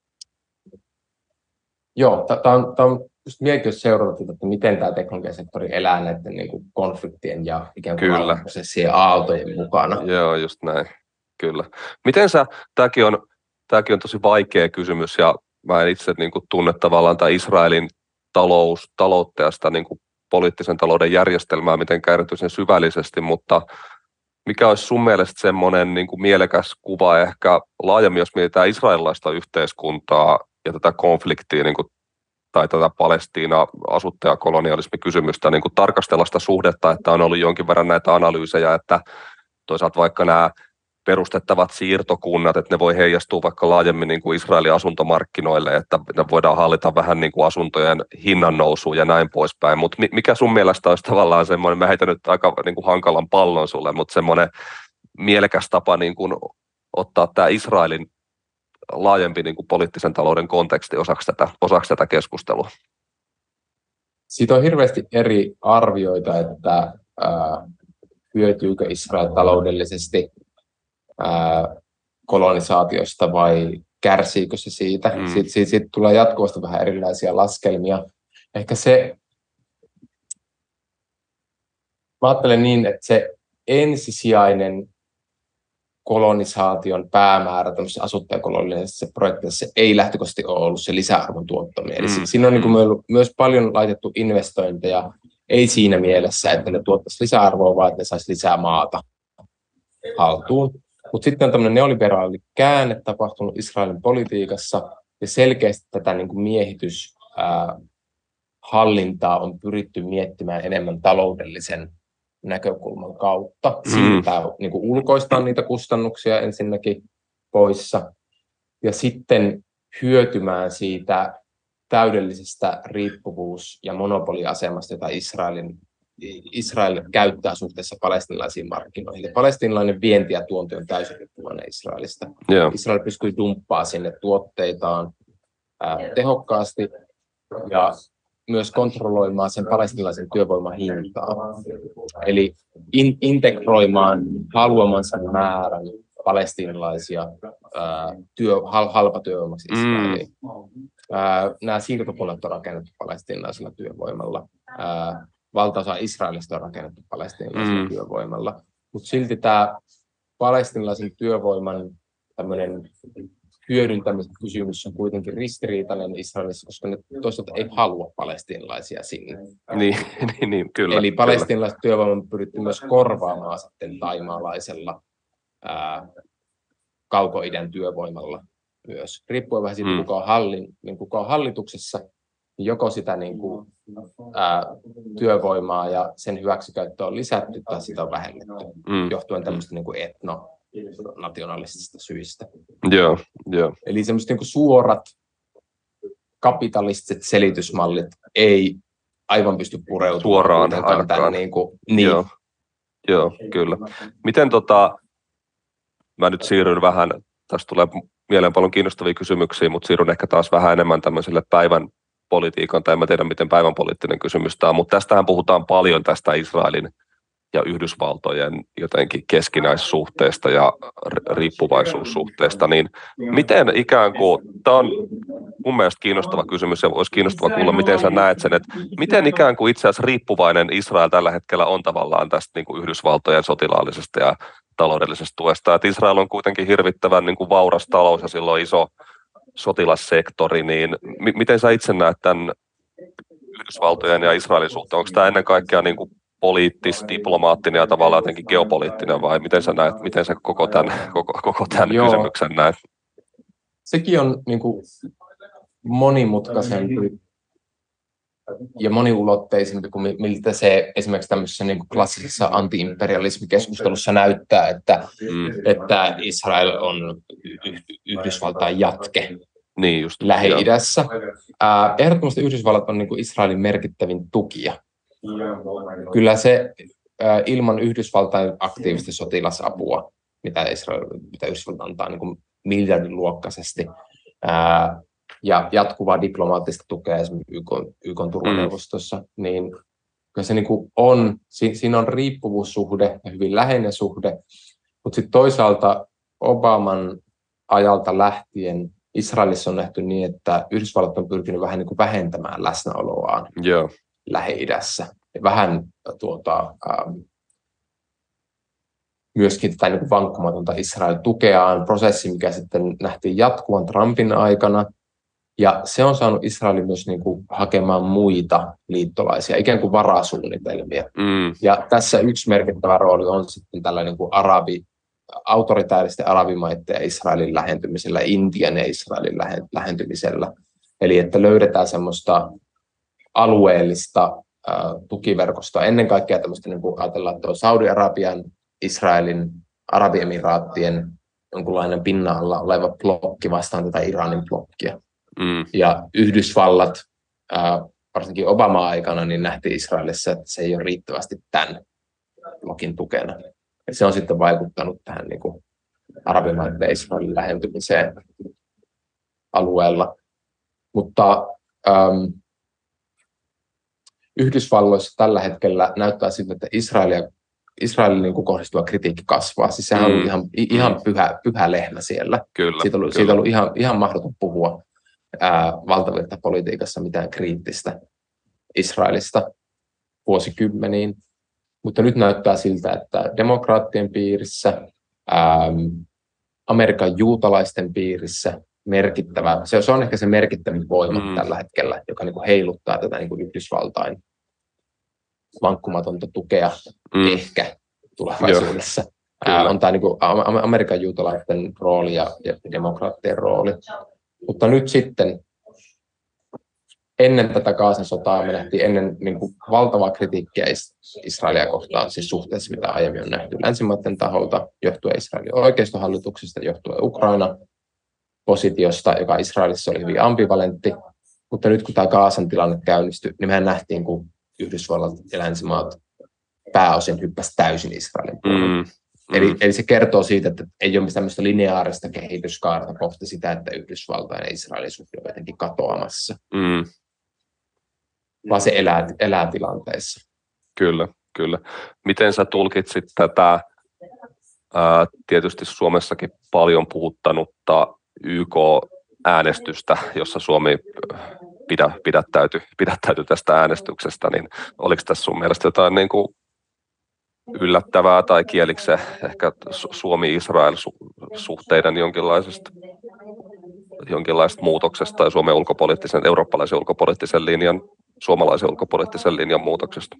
B: joo, tämä on, on just mielenkiintoista seurata, että miten tämä teknologiasektori elää näiden niin kuin konfliktien ja ikään kuin prosessien aaltojen mukana.
A: Joo, just näin. Kyllä. Miten sä, tämäkin on, tämäkin on tosi vaikea kysymys, ja mä en itse niin kuin tunne tavallaan tämä Israelin talous, taloutta ja sitä niin kuin poliittisen talouden järjestelmää mitenkään erityisen syvällisesti, mutta mikä olisi sun mielestä semmoinen niin kuin mielekäs kuva ehkä laajemmin, jos mietitään israelilaista yhteiskuntaa ja tätä konfliktia niin kuin, tai tätä Palestiina-asuttajakolonialismikysymystä, niin kuin tarkastella sitä suhdetta, että on ollut jonkin verran näitä analyysejä, että toisaalta vaikka nämä perustettavat siirtokunnat, että ne voi heijastua vaikka laajemmin niin kuin Israelin asuntomarkkinoille, että ne voidaan hallita vähän niin kuin asuntojen hinnan nousuun ja näin poispäin. Mutta mikä sun mielestä olisi tavallaan semmoinen, mä heitän nyt aika niin kuin hankalan pallon sulle, mutta semmoinen mielekäs tapa niin kuin ottaa tämä Israelin laajempi niin kuin poliittisen talouden konteksti osaksi tätä, osaksi tätä keskustelua?
B: Siitä on hirveästi eri arvioita, että ää, hyötyykö Israel taloudellisesti ää, kolonisaatiosta vai kärsiikö se siitä. Mm. Siitä, siitä, siitä tulee jatkuvasti vähän erilaisia laskelmia. Ehkä se, mä ajattelen niin, että se ensisijainen kolonisaation päämäärä tämmöisessä asuttajakolonialisessa projektissa ei lähtökohtaisesti ole ollut se lisäarvon tuottaminen. Eli mm. siinä on niin kuin myös paljon laitettu investointeja, ei siinä mielessä, että ne tuottaisi lisäarvoa, vaan että ne saisi lisää maata haltuun. Mutta sitten on tämmöinen neoliberaali käänne tapahtunut Israelin politiikassa, ja selkeästi tätä niin kuin miehityshallintaa on pyritty miettimään enemmän taloudellisen näkökulman kautta. Siitä mm. niin kuin ulkoistaa niitä kustannuksia ensinnäkin poissa, ja sitten hyötymään siitä täydellisestä riippuvuus- ja monopoliasemasta, jota Israelin, Israel käyttää suhteessa palestiinalaisiin markkinoihin. Palestiinalainen vienti ja tuonti on täysin riippuvainen Israelista. Yeah. Israel pystyy dumppaamaan sinne tuotteitaan ää, tehokkaasti ja myös kontrolloimaan sen palestiinalaisen työvoiman hintaa. Eli in, integroimaan haluamansa määrän palestiinalaisia ää, työ, hal, halpatyövoimaksi Israeliin. Mm. Ää, nämä siirtokunnat on rakennettu palestiinalaisella työvoimalla. Ää, valtaosa Israelista on rakennettu palestiinalaisella mm. työvoimalla. Mutta silti tämä palestiinalaisen työvoiman tämmöinen hyödyntämisen kysymys on kuitenkin ristiriitainen Israelissa, koska ne toisaalta ei halua palestiinalaisia sinne.
A: Niin, niin, niin kyllä.
B: Eli palestiinalaiset työvoiman on pyritty myös korvaamaan sitten taimaalaisella ää, kaukoidän työvoimalla myös. Riippuen vähän siitä, mm. kuka, on hallin, niin kuka on hallituksessa, niin joko sitä niin kuin, ää, työvoimaa ja sen hyväksikäyttöä on lisätty tai sitä on vähennetty, mm. johtuen tämmöistä niin kuin etno nationalistisista syistä.
A: Joo, joo.
B: Eli semmoiset niin kuin suorat kapitalistiset selitysmallit ei aivan pysty pureutumaan
A: suoraan ainakaan.
B: Niin kuin, niin.
A: Joo, joo, kyllä. Miten tota, mä nyt siirryn vähän, tästä tulee mieleen paljon kiinnostavia kysymyksiä, mutta siirryn ehkä taas vähän enemmän tämmöiselle päivän politiikan, tai en mä tiedä miten päivän poliittinen kysymys tämä on, mutta tästähän puhutaan paljon tästä Israelin ja Yhdysvaltojen jotenkin keskinäissuhteesta ja riippuvaisuussuhteesta, niin miten ikään kuin, tämä on mun mielestä kiinnostava kysymys ja olisi kiinnostava kuulla, miten sä näet sen, että miten ikään kuin itse asiassa riippuvainen Israel tällä hetkellä on tavallaan tästä niin kuin Yhdysvaltojen sotilaallisesta ja taloudellisesta tuesta, että Israel on kuitenkin hirvittävän niin kuin vauras talous ja sillä on iso sotilassektori, niin m- miten sä itse näet tämän Yhdysvaltojen ja Israelin suhteen? Onko tämä ennen kaikkea niin kuin poliittis, diplomaattinen ja tavallaan jotenkin geopoliittinen vai miten sä näet, miten sä koko tämän, koko, koko tämän kysymyksen näet?
B: Sekin on niin kuin monimutkaisempi ja moniulotteisempi kuin miltä se esimerkiksi tämmöisessä niin kuin klassisessa anti-imperialismikeskustelussa näyttää, että, mm. että Israel on Yhdysvaltain jatke
A: niin just,
B: Lähi-idässä. Ää, ehdottomasti Yhdysvallat on niin kuin Israelin merkittävin tukija. Kyllä se ää, ilman Yhdysvaltain aktiivista sotilasapua, mitä, Israel, mitä Yhdysvallat antaa niin kuin miljardin luokkaisesti, ää, ja jatkuvaa diplomaattista tukea esimerkiksi YK, YK:n turvaneuvostossa, mm. niin kyllä se niin kuin on, si, siinä on riippuvuussuhde ja hyvin läheinen suhde, mutta sitten toisaalta Obaman ajalta lähtien Israelissa on nähty niin, että Yhdysvallat on pyrkinyt vähän niin kuin vähentämään läsnäoloaan
A: yeah.
B: Lähi-idässä. Ja vähän tuota, ähm, myöskin tätä niin kuin vankkumatonta Israel tukeaan, prosessi, mikä sitten nähtiin jatkuvan Trumpin aikana. Ja se on saanut Israelin myös niin kuin hakemaan muita liittolaisia, ikään kuin varasuunnitelmia.
A: Mm.
B: Ja tässä yksi merkittävä rooli on sitten tällainen niin kuin arabi, autoritääristen arabimaiden ja Israelin lähentymisellä, Intian ja Israelin lähentymisellä. Eli että löydetään semmoista alueellista äh, tukiverkostoa. Ennen kaikkea tämmöistä, niin kuin ajatellaan, että on Saudi-Arabian, Israelin, Arabiemiraattien jonkunlainen pinnan alla oleva blokki vastaan tätä Iranin blokkia.
A: Mm.
B: Ja Yhdysvallat, äh, varsinkin Obama-aikana, niin nähtiin Israelissa, että se ei ole riittävästi tämän blokin tukena. Ja se on sitten vaikuttanut tähän niin kuin arabimaiden ja Israelin lähentymiseen alueella. Mutta ähm, Yhdysvalloissa tällä hetkellä näyttää siltä, että Israelia, Israelin niin kuin kohdistuva kritiikki kasvaa. Siis sehän on ollut ihan, ihan pyhä, pyhä lehmä siellä.
A: Kyllä,
B: siitä on ollut, siitä on ollut ihan, ihan mahdoton puhua ää, valtavirtapolitiikassa mitään kriittistä Israelista vuosikymmeniin. Mutta nyt näyttää siltä, että demokraattien piirissä, ähm, Amerikan juutalaisten piirissä merkittävä, se, se on ehkä se merkittävin voima mm. tällä hetkellä, joka niin kuin heiluttaa tätä niin kuin Yhdysvaltain vankkumatonta tukea mm. ehkä tulevaisuudessa. Ää, on tämä niin kuin Amerikan juutalaisten rooli ja, ja demokraattien rooli. Mutta nyt sitten ennen tätä Gazan sotaa me nähtiin ennen niin kuin valtavaa kritiikkiä Israelia kohtaan, siis suhteessa mitä aiemmin on nähty länsimaiden taholta, johtuen Israelin oikeistohallituksesta, johtuen Ukraina positiosta, joka Israelissa oli hyvin ambivalentti. Mutta nyt kun tämä Gazan tilanne käynnistyi, niin mehän nähtiin, kun Yhdysvallat ja länsimaat pääosin hyppäsi täysin Israelin puolelle. Mm. Mm. Eli, eli se kertoo siitä, että ei ole tämmöistä lineaarista kehityskaarta kohti sitä, että Yhdysvaltain ja Israelin suhde on jotenkin katoamassa.
A: Mm.
B: Vaan se elää, elää tilanteessa.
A: Kyllä, kyllä. Miten sä tulkitsit tätä ää, tietysti Suomessakin paljon puhuttanutta Y K-äänestystä, jossa Suomi pidä, pidättäytyi, pidättäytyi tästä äänestyksestä, niin oliko tässä sun mielestä jotain niin kuin yllättävää tai kielikö se ehkä Suomi-Israel-suhteiden jonkinlaisesta, jonkinlaisesta muutoksesta tai Suomen ulkopoliittisen, eurooppalaisen ulkopoliittisen linjan, suomalaisen ulkopoliittisen linjan muutoksesta?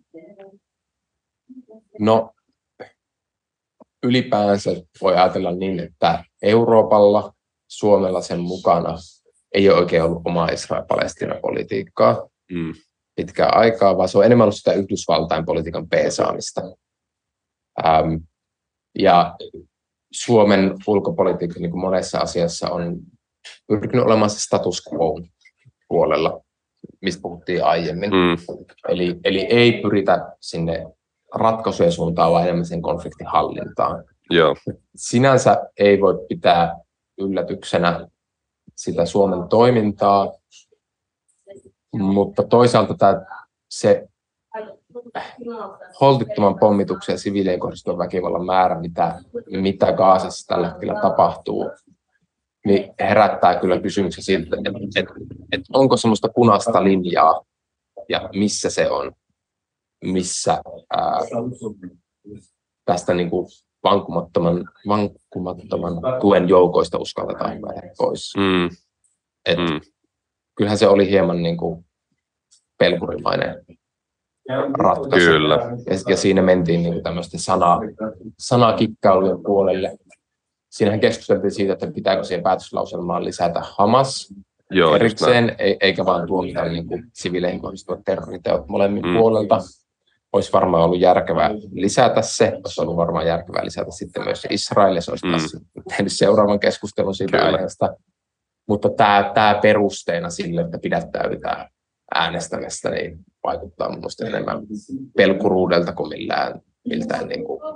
B: No, ylipäänsä voi ajatella niin, että Euroopalla, Suomella sen mukana ei ole oikein ollut omaa Israel-Palestiina-politiikkaa mm. pitkään aikaa, vaan se on enemmän ollut sitä Yhdysvaltain politiikan peesaamista. Ähm, ja Suomen ulkopolitiikka niin kuin monessa asiassa on pyrkinyt olemaan se status quo puolella, mistä puhuttiin aiemmin. Mm. Eli, eli ei pyritä sinne ratkaisujen suuntaan, vaan enemmän sen konfliktin hallintaan.
A: Joo.
B: Sinänsä ei voi pitää yllätyksenä sitä Suomen toimintaa, mutta toisaalta tämä, se holtittoman pommituksen ja siviilien kohdistuvan väkivallan määrä, mitä, mitä Gazassa tällä hetkellä tapahtuu, niin herättää kyllä kysymyksen siitä, että, että, että onko semmoista punaista linjaa ja missä se on, missä ää, tästä niin kuin vankumattoman, vankumattoman tuen joukoista uskalletaan mennä pois. Mm. Et, mm. Kyllähän se oli hieman niin kuin pelkurimainen ratkaisu.
A: Kyllä.
B: Ja, ja siinä mentiin niin kuin tämmöisten sana, sanakikkailujen puolelle. Siinähän keskusteltiin siitä, että pitääkö siihen päätöslauselmaan lisätä Hamas Joo, erikseen, e- eikä vaan tuomita niin kuin siviileihin kohdistuvat terroriteot molemmin mm. puolelta. Olisi varmaan ollut järkevää lisätä se, olisi ollut varmaan järkevää lisätä sitten myös Israel, se olisi taas mm. tehnyt seuraavan keskustelun siitä Kyllä. aiheesta. Mutta tämä, tämä perusteena sille, että pidättäydytään äänestämästä, niin vaikuttaa minusta enemmän pelkuruudelta kuin millään, miltään niin kuin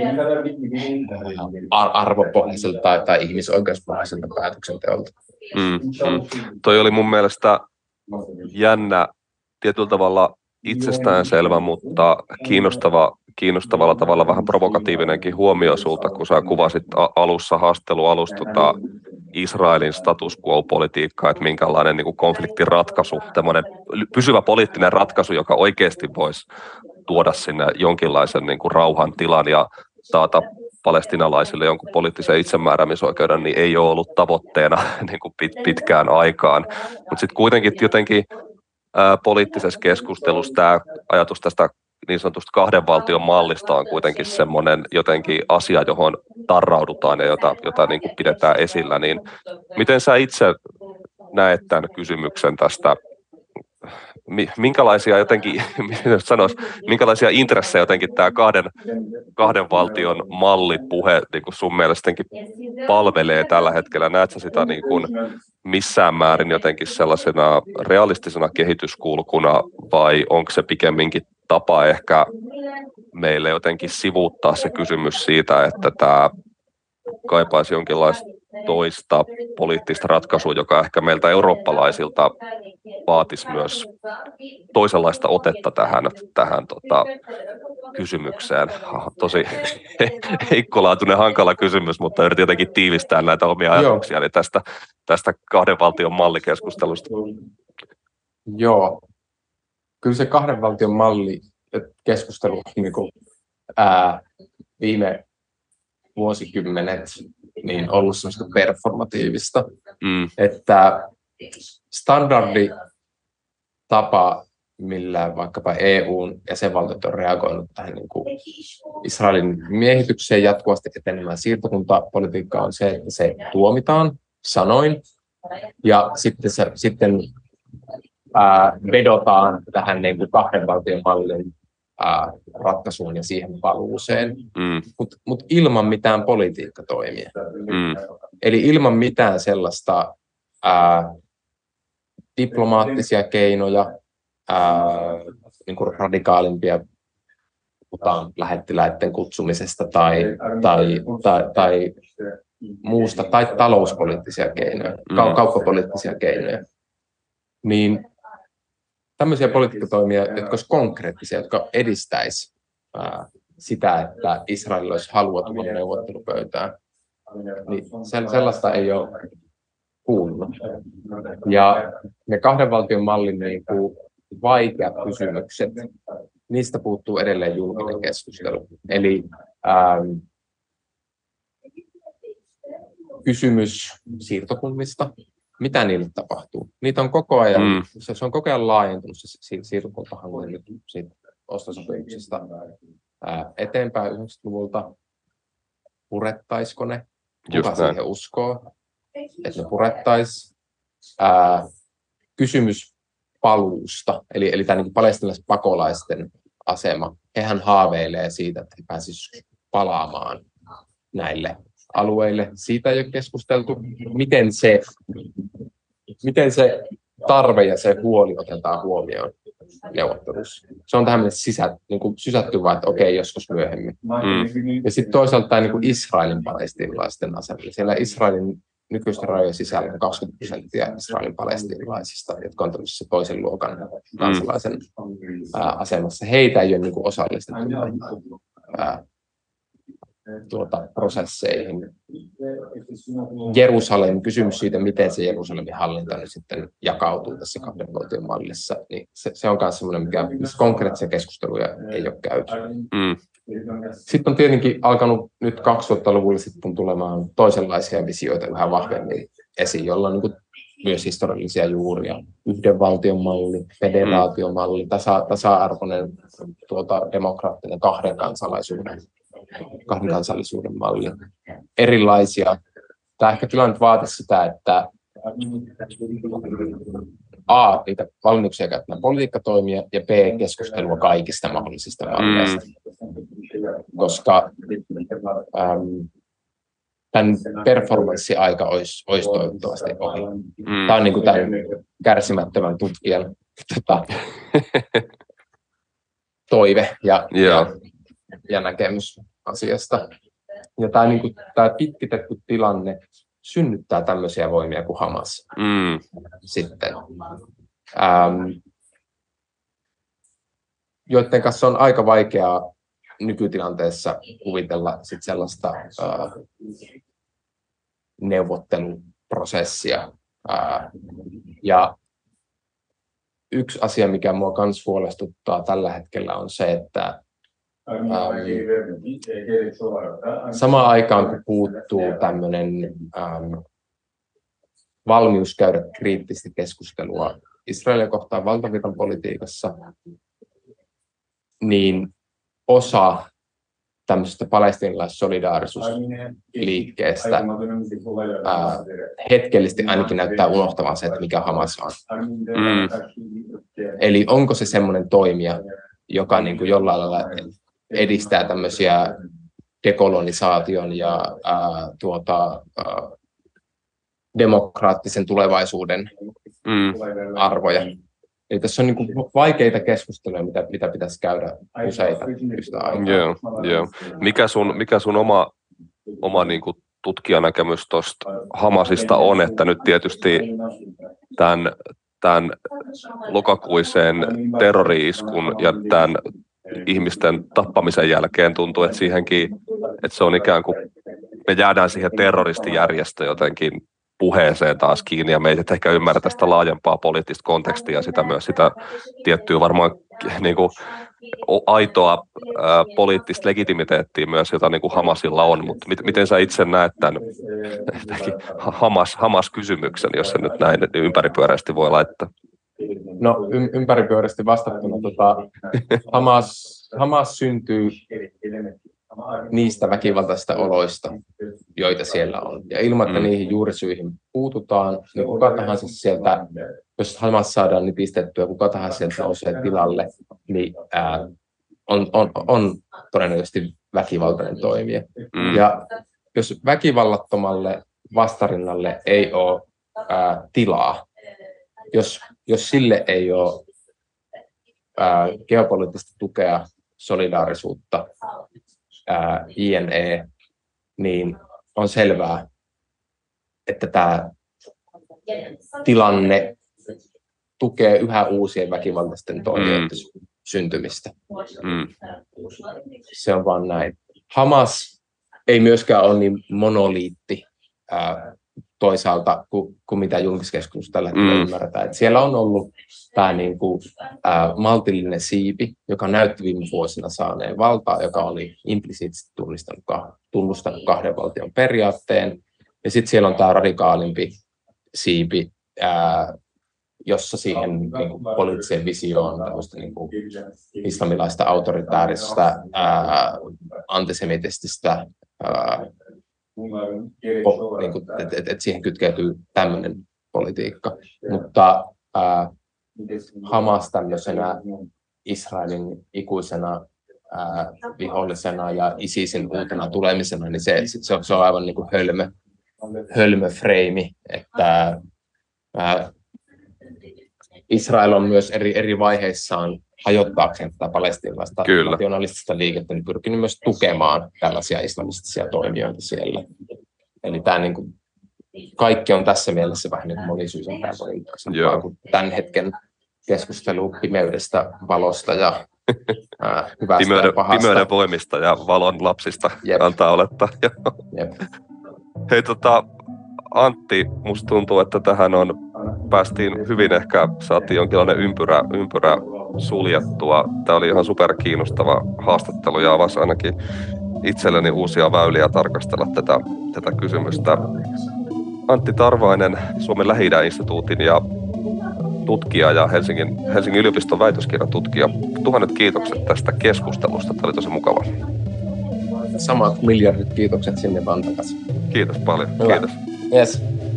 B: arvopohjaiselta tai, tai ihmisoikeuspohjaiselta päätöksenteolta.
A: Mm, mm. Toi oli mun mielestä jännä, tietyllä tavalla itsestäänselvä, mutta kiinnostava, kiinnostavalla tavalla vähän provokatiivinenkin huomio sulta, kun sä kuvasit alussa haastattelualusta tota Israelin status quo-politiikkaa, että minkälainen niin kuin konfliktiratkaisu, tämmöinen pysyvä poliittinen ratkaisu, joka oikeasti voisi tuoda sinne jonkinlaisen niin kuin rauhan tilan ja taata palestiinalaisille jonkun poliittisen itsemääräämisoikeuden, niin ei ole ollut tavoitteena niin kuin pit, pitkään aikaan. Mutta sitten kuitenkin jotenkin ää, poliittisessa keskustelussa tämä ajatus tästä niin sanotusta kahden valtion mallista on kuitenkin semmoinen jotenkin asia, johon tarraudutaan ja jota, jota niin kuin pidetään esillä. Niin miten sä itse näet tämän kysymyksen tästä? Minkälaisia jotenkin, miten sanois, minkälaisia intressejä jotenkin tämä kahden, kahden valtion mallipuhe niin kuin sun mielestäkin palvelee tällä hetkellä? Näet sä sitä niin kuin missään määrin jotenkin sellaisena realistisena kehityskulkuna vai onko se pikemminkin tapa ehkä meille jotenkin sivuuttaa se kysymys siitä, että tämä kaipaisi jonkinlaista toista poliittista ratkaisua, joka ehkä meiltä eurooppalaisilta vaatisi myös toisenlaista otetta tähän, tähän tota, kysymykseen. Tosi heikkolaatuinen, hankala kysymys, mutta yritin jotenkin tiivistää näitä omia ajatuksia eli tästä, tästä kahden valtion mallikeskustelusta.
B: Joo. Kyllä se kahden valtion malli keskustelu niin kuin, ää, viime vuosikymmenet niin ollut semmoista performatiivista, mm. että standardi tapa, millä vaikkapa E U:n jäsenvaltiot on reagoinut tähän niin kuin Israelin miehitykseen jatkuvasti etenemään siirtokuntapolitiikkaa on se, että se tuomitaan sanoin ja sitten, se, sitten ää, vedotaan tähän niin kuin kahden valtion mallin ää, ratkaisuun ja siihen paluuseen, mm. mutta mut ilman mitään politiikkatoimia. Mm. Eli ilman mitään sellaista ää, diplomaattisia keinoja, ää, niin kuin radikaalimpia, puhutaan lähettiläiden kutsumisesta tai, tai, tai, tai muusta, tai talouspoliittisia keinoja, mm. kauppapoliittisia keinoja, niin tämmöisiä politiikkatoimia, jotka olisivat konkreettisia, jotka edistäisi ää, sitä, että Israelilla olisi halua tulla neuvottelupöytään, niin sellaista ei ole kuulunut. Ja ne kahden valtion mallin niin kuin vaikeat kysymykset, niistä puuttuu edelleen julkinen keskustelu. Eli ähm, kysymys siirtokunnista, mitä niille tapahtuu. Niitä on koko ajan, mm. se, se on koko ajan laajentunut se siirtokuntahanke nyt siitä ostosopimuksesta ää, eteenpäin yhdeksänkymmentäluvulta. Purettaisiko ne? Kuka siihen uskoo, että ne purettaisi? Ää, kysymys paluusta, eli, eli tämä niin palestiinalaiset pakolaisten asema. Hehän haaveilee siitä, että he pääsisivät palaamaan näille alueille. Siitä ei ole keskusteltu. Miten se, miten se tarve ja se huoli otetaan huomioon neuvottelussa? Se on tähän mennessä sisä, niin kuin sysätty vaan, että okei, joskus myöhemmin. Mm. Ja sitten toisaalta tämä niin kuin Israelin palestiinalaisten asema. Siellä Israelin nykyisten rajojen sisällä on kaksikymmentä prosenttia Israelin palestiinalaisista, jotka on tämmöisessä toisen luokan kansalaisen ää, asemassa. Heitä ei ole niin kuin osallistettu ää, tuota, prosesseihin. Jerusalem, kysymys siitä, miten se Jerusalemin hallinta nyt sitten jakautuu tässä kahden valtion mallissa, niin se, se on myös sellainen, mikä, missä konkreettisia keskusteluja ei ole käyty. Mm. Sitten on tietenkin alkanut nyt kaksituhattaluvulla sitten tulemaan toisenlaisia visioita yhä vahvemmin esiin, jolla on niin kuin myös historiallisia juuria. Yhden valtion malli, federaatiomalli, tasa, tasa-arvoinen tuota, demokraattinen kahden kansalaisuuden, kahden kansallisuuden malli. Erilaisia. Tämä ehkä tilanne vaatisi sitä, että A, niitä valmiuksia käytetään politiikkatoimia ja B, keskustelua kaikista mahdollisista malleista. Koska äm, tämän performanssiaika olisi, olisi toivottavasti ohi. Mm. Tämä on niin kuin tämän kärsimättömän tutkijan tota, toive ja, yeah. ja, ja näkemys asiasta. Ja tämä, niin kuin, tämä pitkitetty tilanne synnyttää tämmöisiä voimia kuin Hamas. Mm. Sitten, ähm, joiden kanssa on aika vaikeaa nykytilanteessa kuvitella sit sellaista äh, neuvotteluprosessia. Äh, ja yksi asia, mikä mua kans huolestuttaa tällä hetkellä, on se, että ähm, samaan aikaan kun puuttuu tämmöinen ähm, valmius käydä kriittistä keskustelua Israelia kohtaan valtavirran politiikassa, niin osa tämmöisestä palestiinalais-solidaarisuusliikkeestä ää, hetkellisesti ainakin näyttää unohtavan se, että mikä Hamas on. Mm. Eli onko se semmoinen toimija, joka niin kuin jollain lailla edistää tämmöisiä dekolonisaation ja ää, tuota, ää, demokraattisen tulevaisuuden mm. arvoja. Eli tässä on niin kuin vaikeita keskusteluja, mitä, mitä pitäisi käydä useita yhtä aikaa.
A: Yeah, yeah. Mikä sun, mikä sun oma, oma niin kuin tutkijanäkemys tuosta Hamasista on, että nyt tietysti tämän, tämän lokakuiseen terrori-iskun ja tämän ihmisten tappamisen jälkeen tuntuu, että siihenkin, että se on ikään kuin, me jäädään siihen terroristijärjestöön jotenkin puheeseen taas kiinni, ja me ei ehkä ymmärrä tästä laajempaa poliittista kontekstia ja sitä myös sitä tiettyä varmaan niin kuin aitoa ää, poliittista legitimiteettiä myös, jota niin kuin Hamasilla on, mutta mit, miten sä itse näet tämän Hamas, Hamas-kysymyksen, jos se nyt näin ympäripyöreästi voi laittaa?
B: No y- ympäripyöreästi vastattuna, tota, Hamas, Hamas syntyy niistä väkivaltaisista oloista, joita siellä on. Ja ilman, että mm. niihin juurisyihin puututaan, niin kuka tahansa sieltä, jos Hamas saadaan nipistettyä, kuka tahansa sieltä nousee tilalle, niin ää, on, on, on todennäköisesti väkivaltainen toimija. Mm. Ja jos väkivallattomalle vastarinnalle ei ole ää, tilaa, jos, jos sille ei ole ää, geopoliittista tukea, solidaarisuutta, ää, jne, niin on selvää, että tämä tilanne tukee yhä uusien väkivaltaisten toimijoiden mm. syntymistä. Mm. Se on vaan näin. Hamas ei myöskään ole niin monoliitti ää, toisaalta kuin, kuin mitä julkiskeskustelussa tällä hetkellä mm. ymmärretään. Et siellä on ollut tämä niinku, ää, maltillinen siipi, joka näytti viime vuosina saaneen valtaa, joka oli implisiittisesti tunnistanut, tunnustanut kahden valtion periaatteen. Ja sitten siellä on tämä radikaalimpi siipi, ää, jossa siihen niinku, poliittiseen visioon tämmöistä niinku, islamilaista autoritääristä, ää, antisemitististä, ää, niin että et, et siihen kytkeytyy tämmöinen politiikka. Mutta ää, Hamas tämmöisenä Israelin ikuisena ää, vihollisena ja ISISin uutena tulemisena, niin se, se, on, se on aivan niin kuin hölmö, hölmö freimi, että ää, Israel on myös eri, eri vaiheissaan hajottaakseen tätä palestiinalaista nationalistista liikettä, niin pyrkinyt myös tukemaan tällaisia islamistisia toimijoita siellä. Eli tämä niin kuin kaikki on tässä mielessä vähän niin monisyisempää poliittisempaa kuin tämän hetken keskustelu pimeydestä, valosta ja ää, hyvästä
A: Pimeyden,
B: ja pahasta.
A: Pimeyden voimista ja valon lapsista.
B: Jep.
A: Antaa olettaa.
B: Jep.
A: Hei tota, Antti, musta tuntuu, että tähän on, päästiin hyvin, ehkä saatiin jonkinlainen ympyrä, ympyrä suljettua. Tämä oli ihan superkiinnostava haastattelu ja avasi ainakin itselleni uusia väyliä tarkastella tätä, tätä kysymystä. Antti Tarvainen, Suomen Lähi-idän-instituutin ja tutkija ja Helsingin, Helsingin yliopiston väitöskirjatutkija. Tuhannet kiitokset tästä keskustelusta. Tämä oli tosi mukava.
B: Samat miljardit kiitokset sinne vaan takaisin.
A: Kiitos paljon.
B: Hyvä.
A: Kiitos.
B: Yes.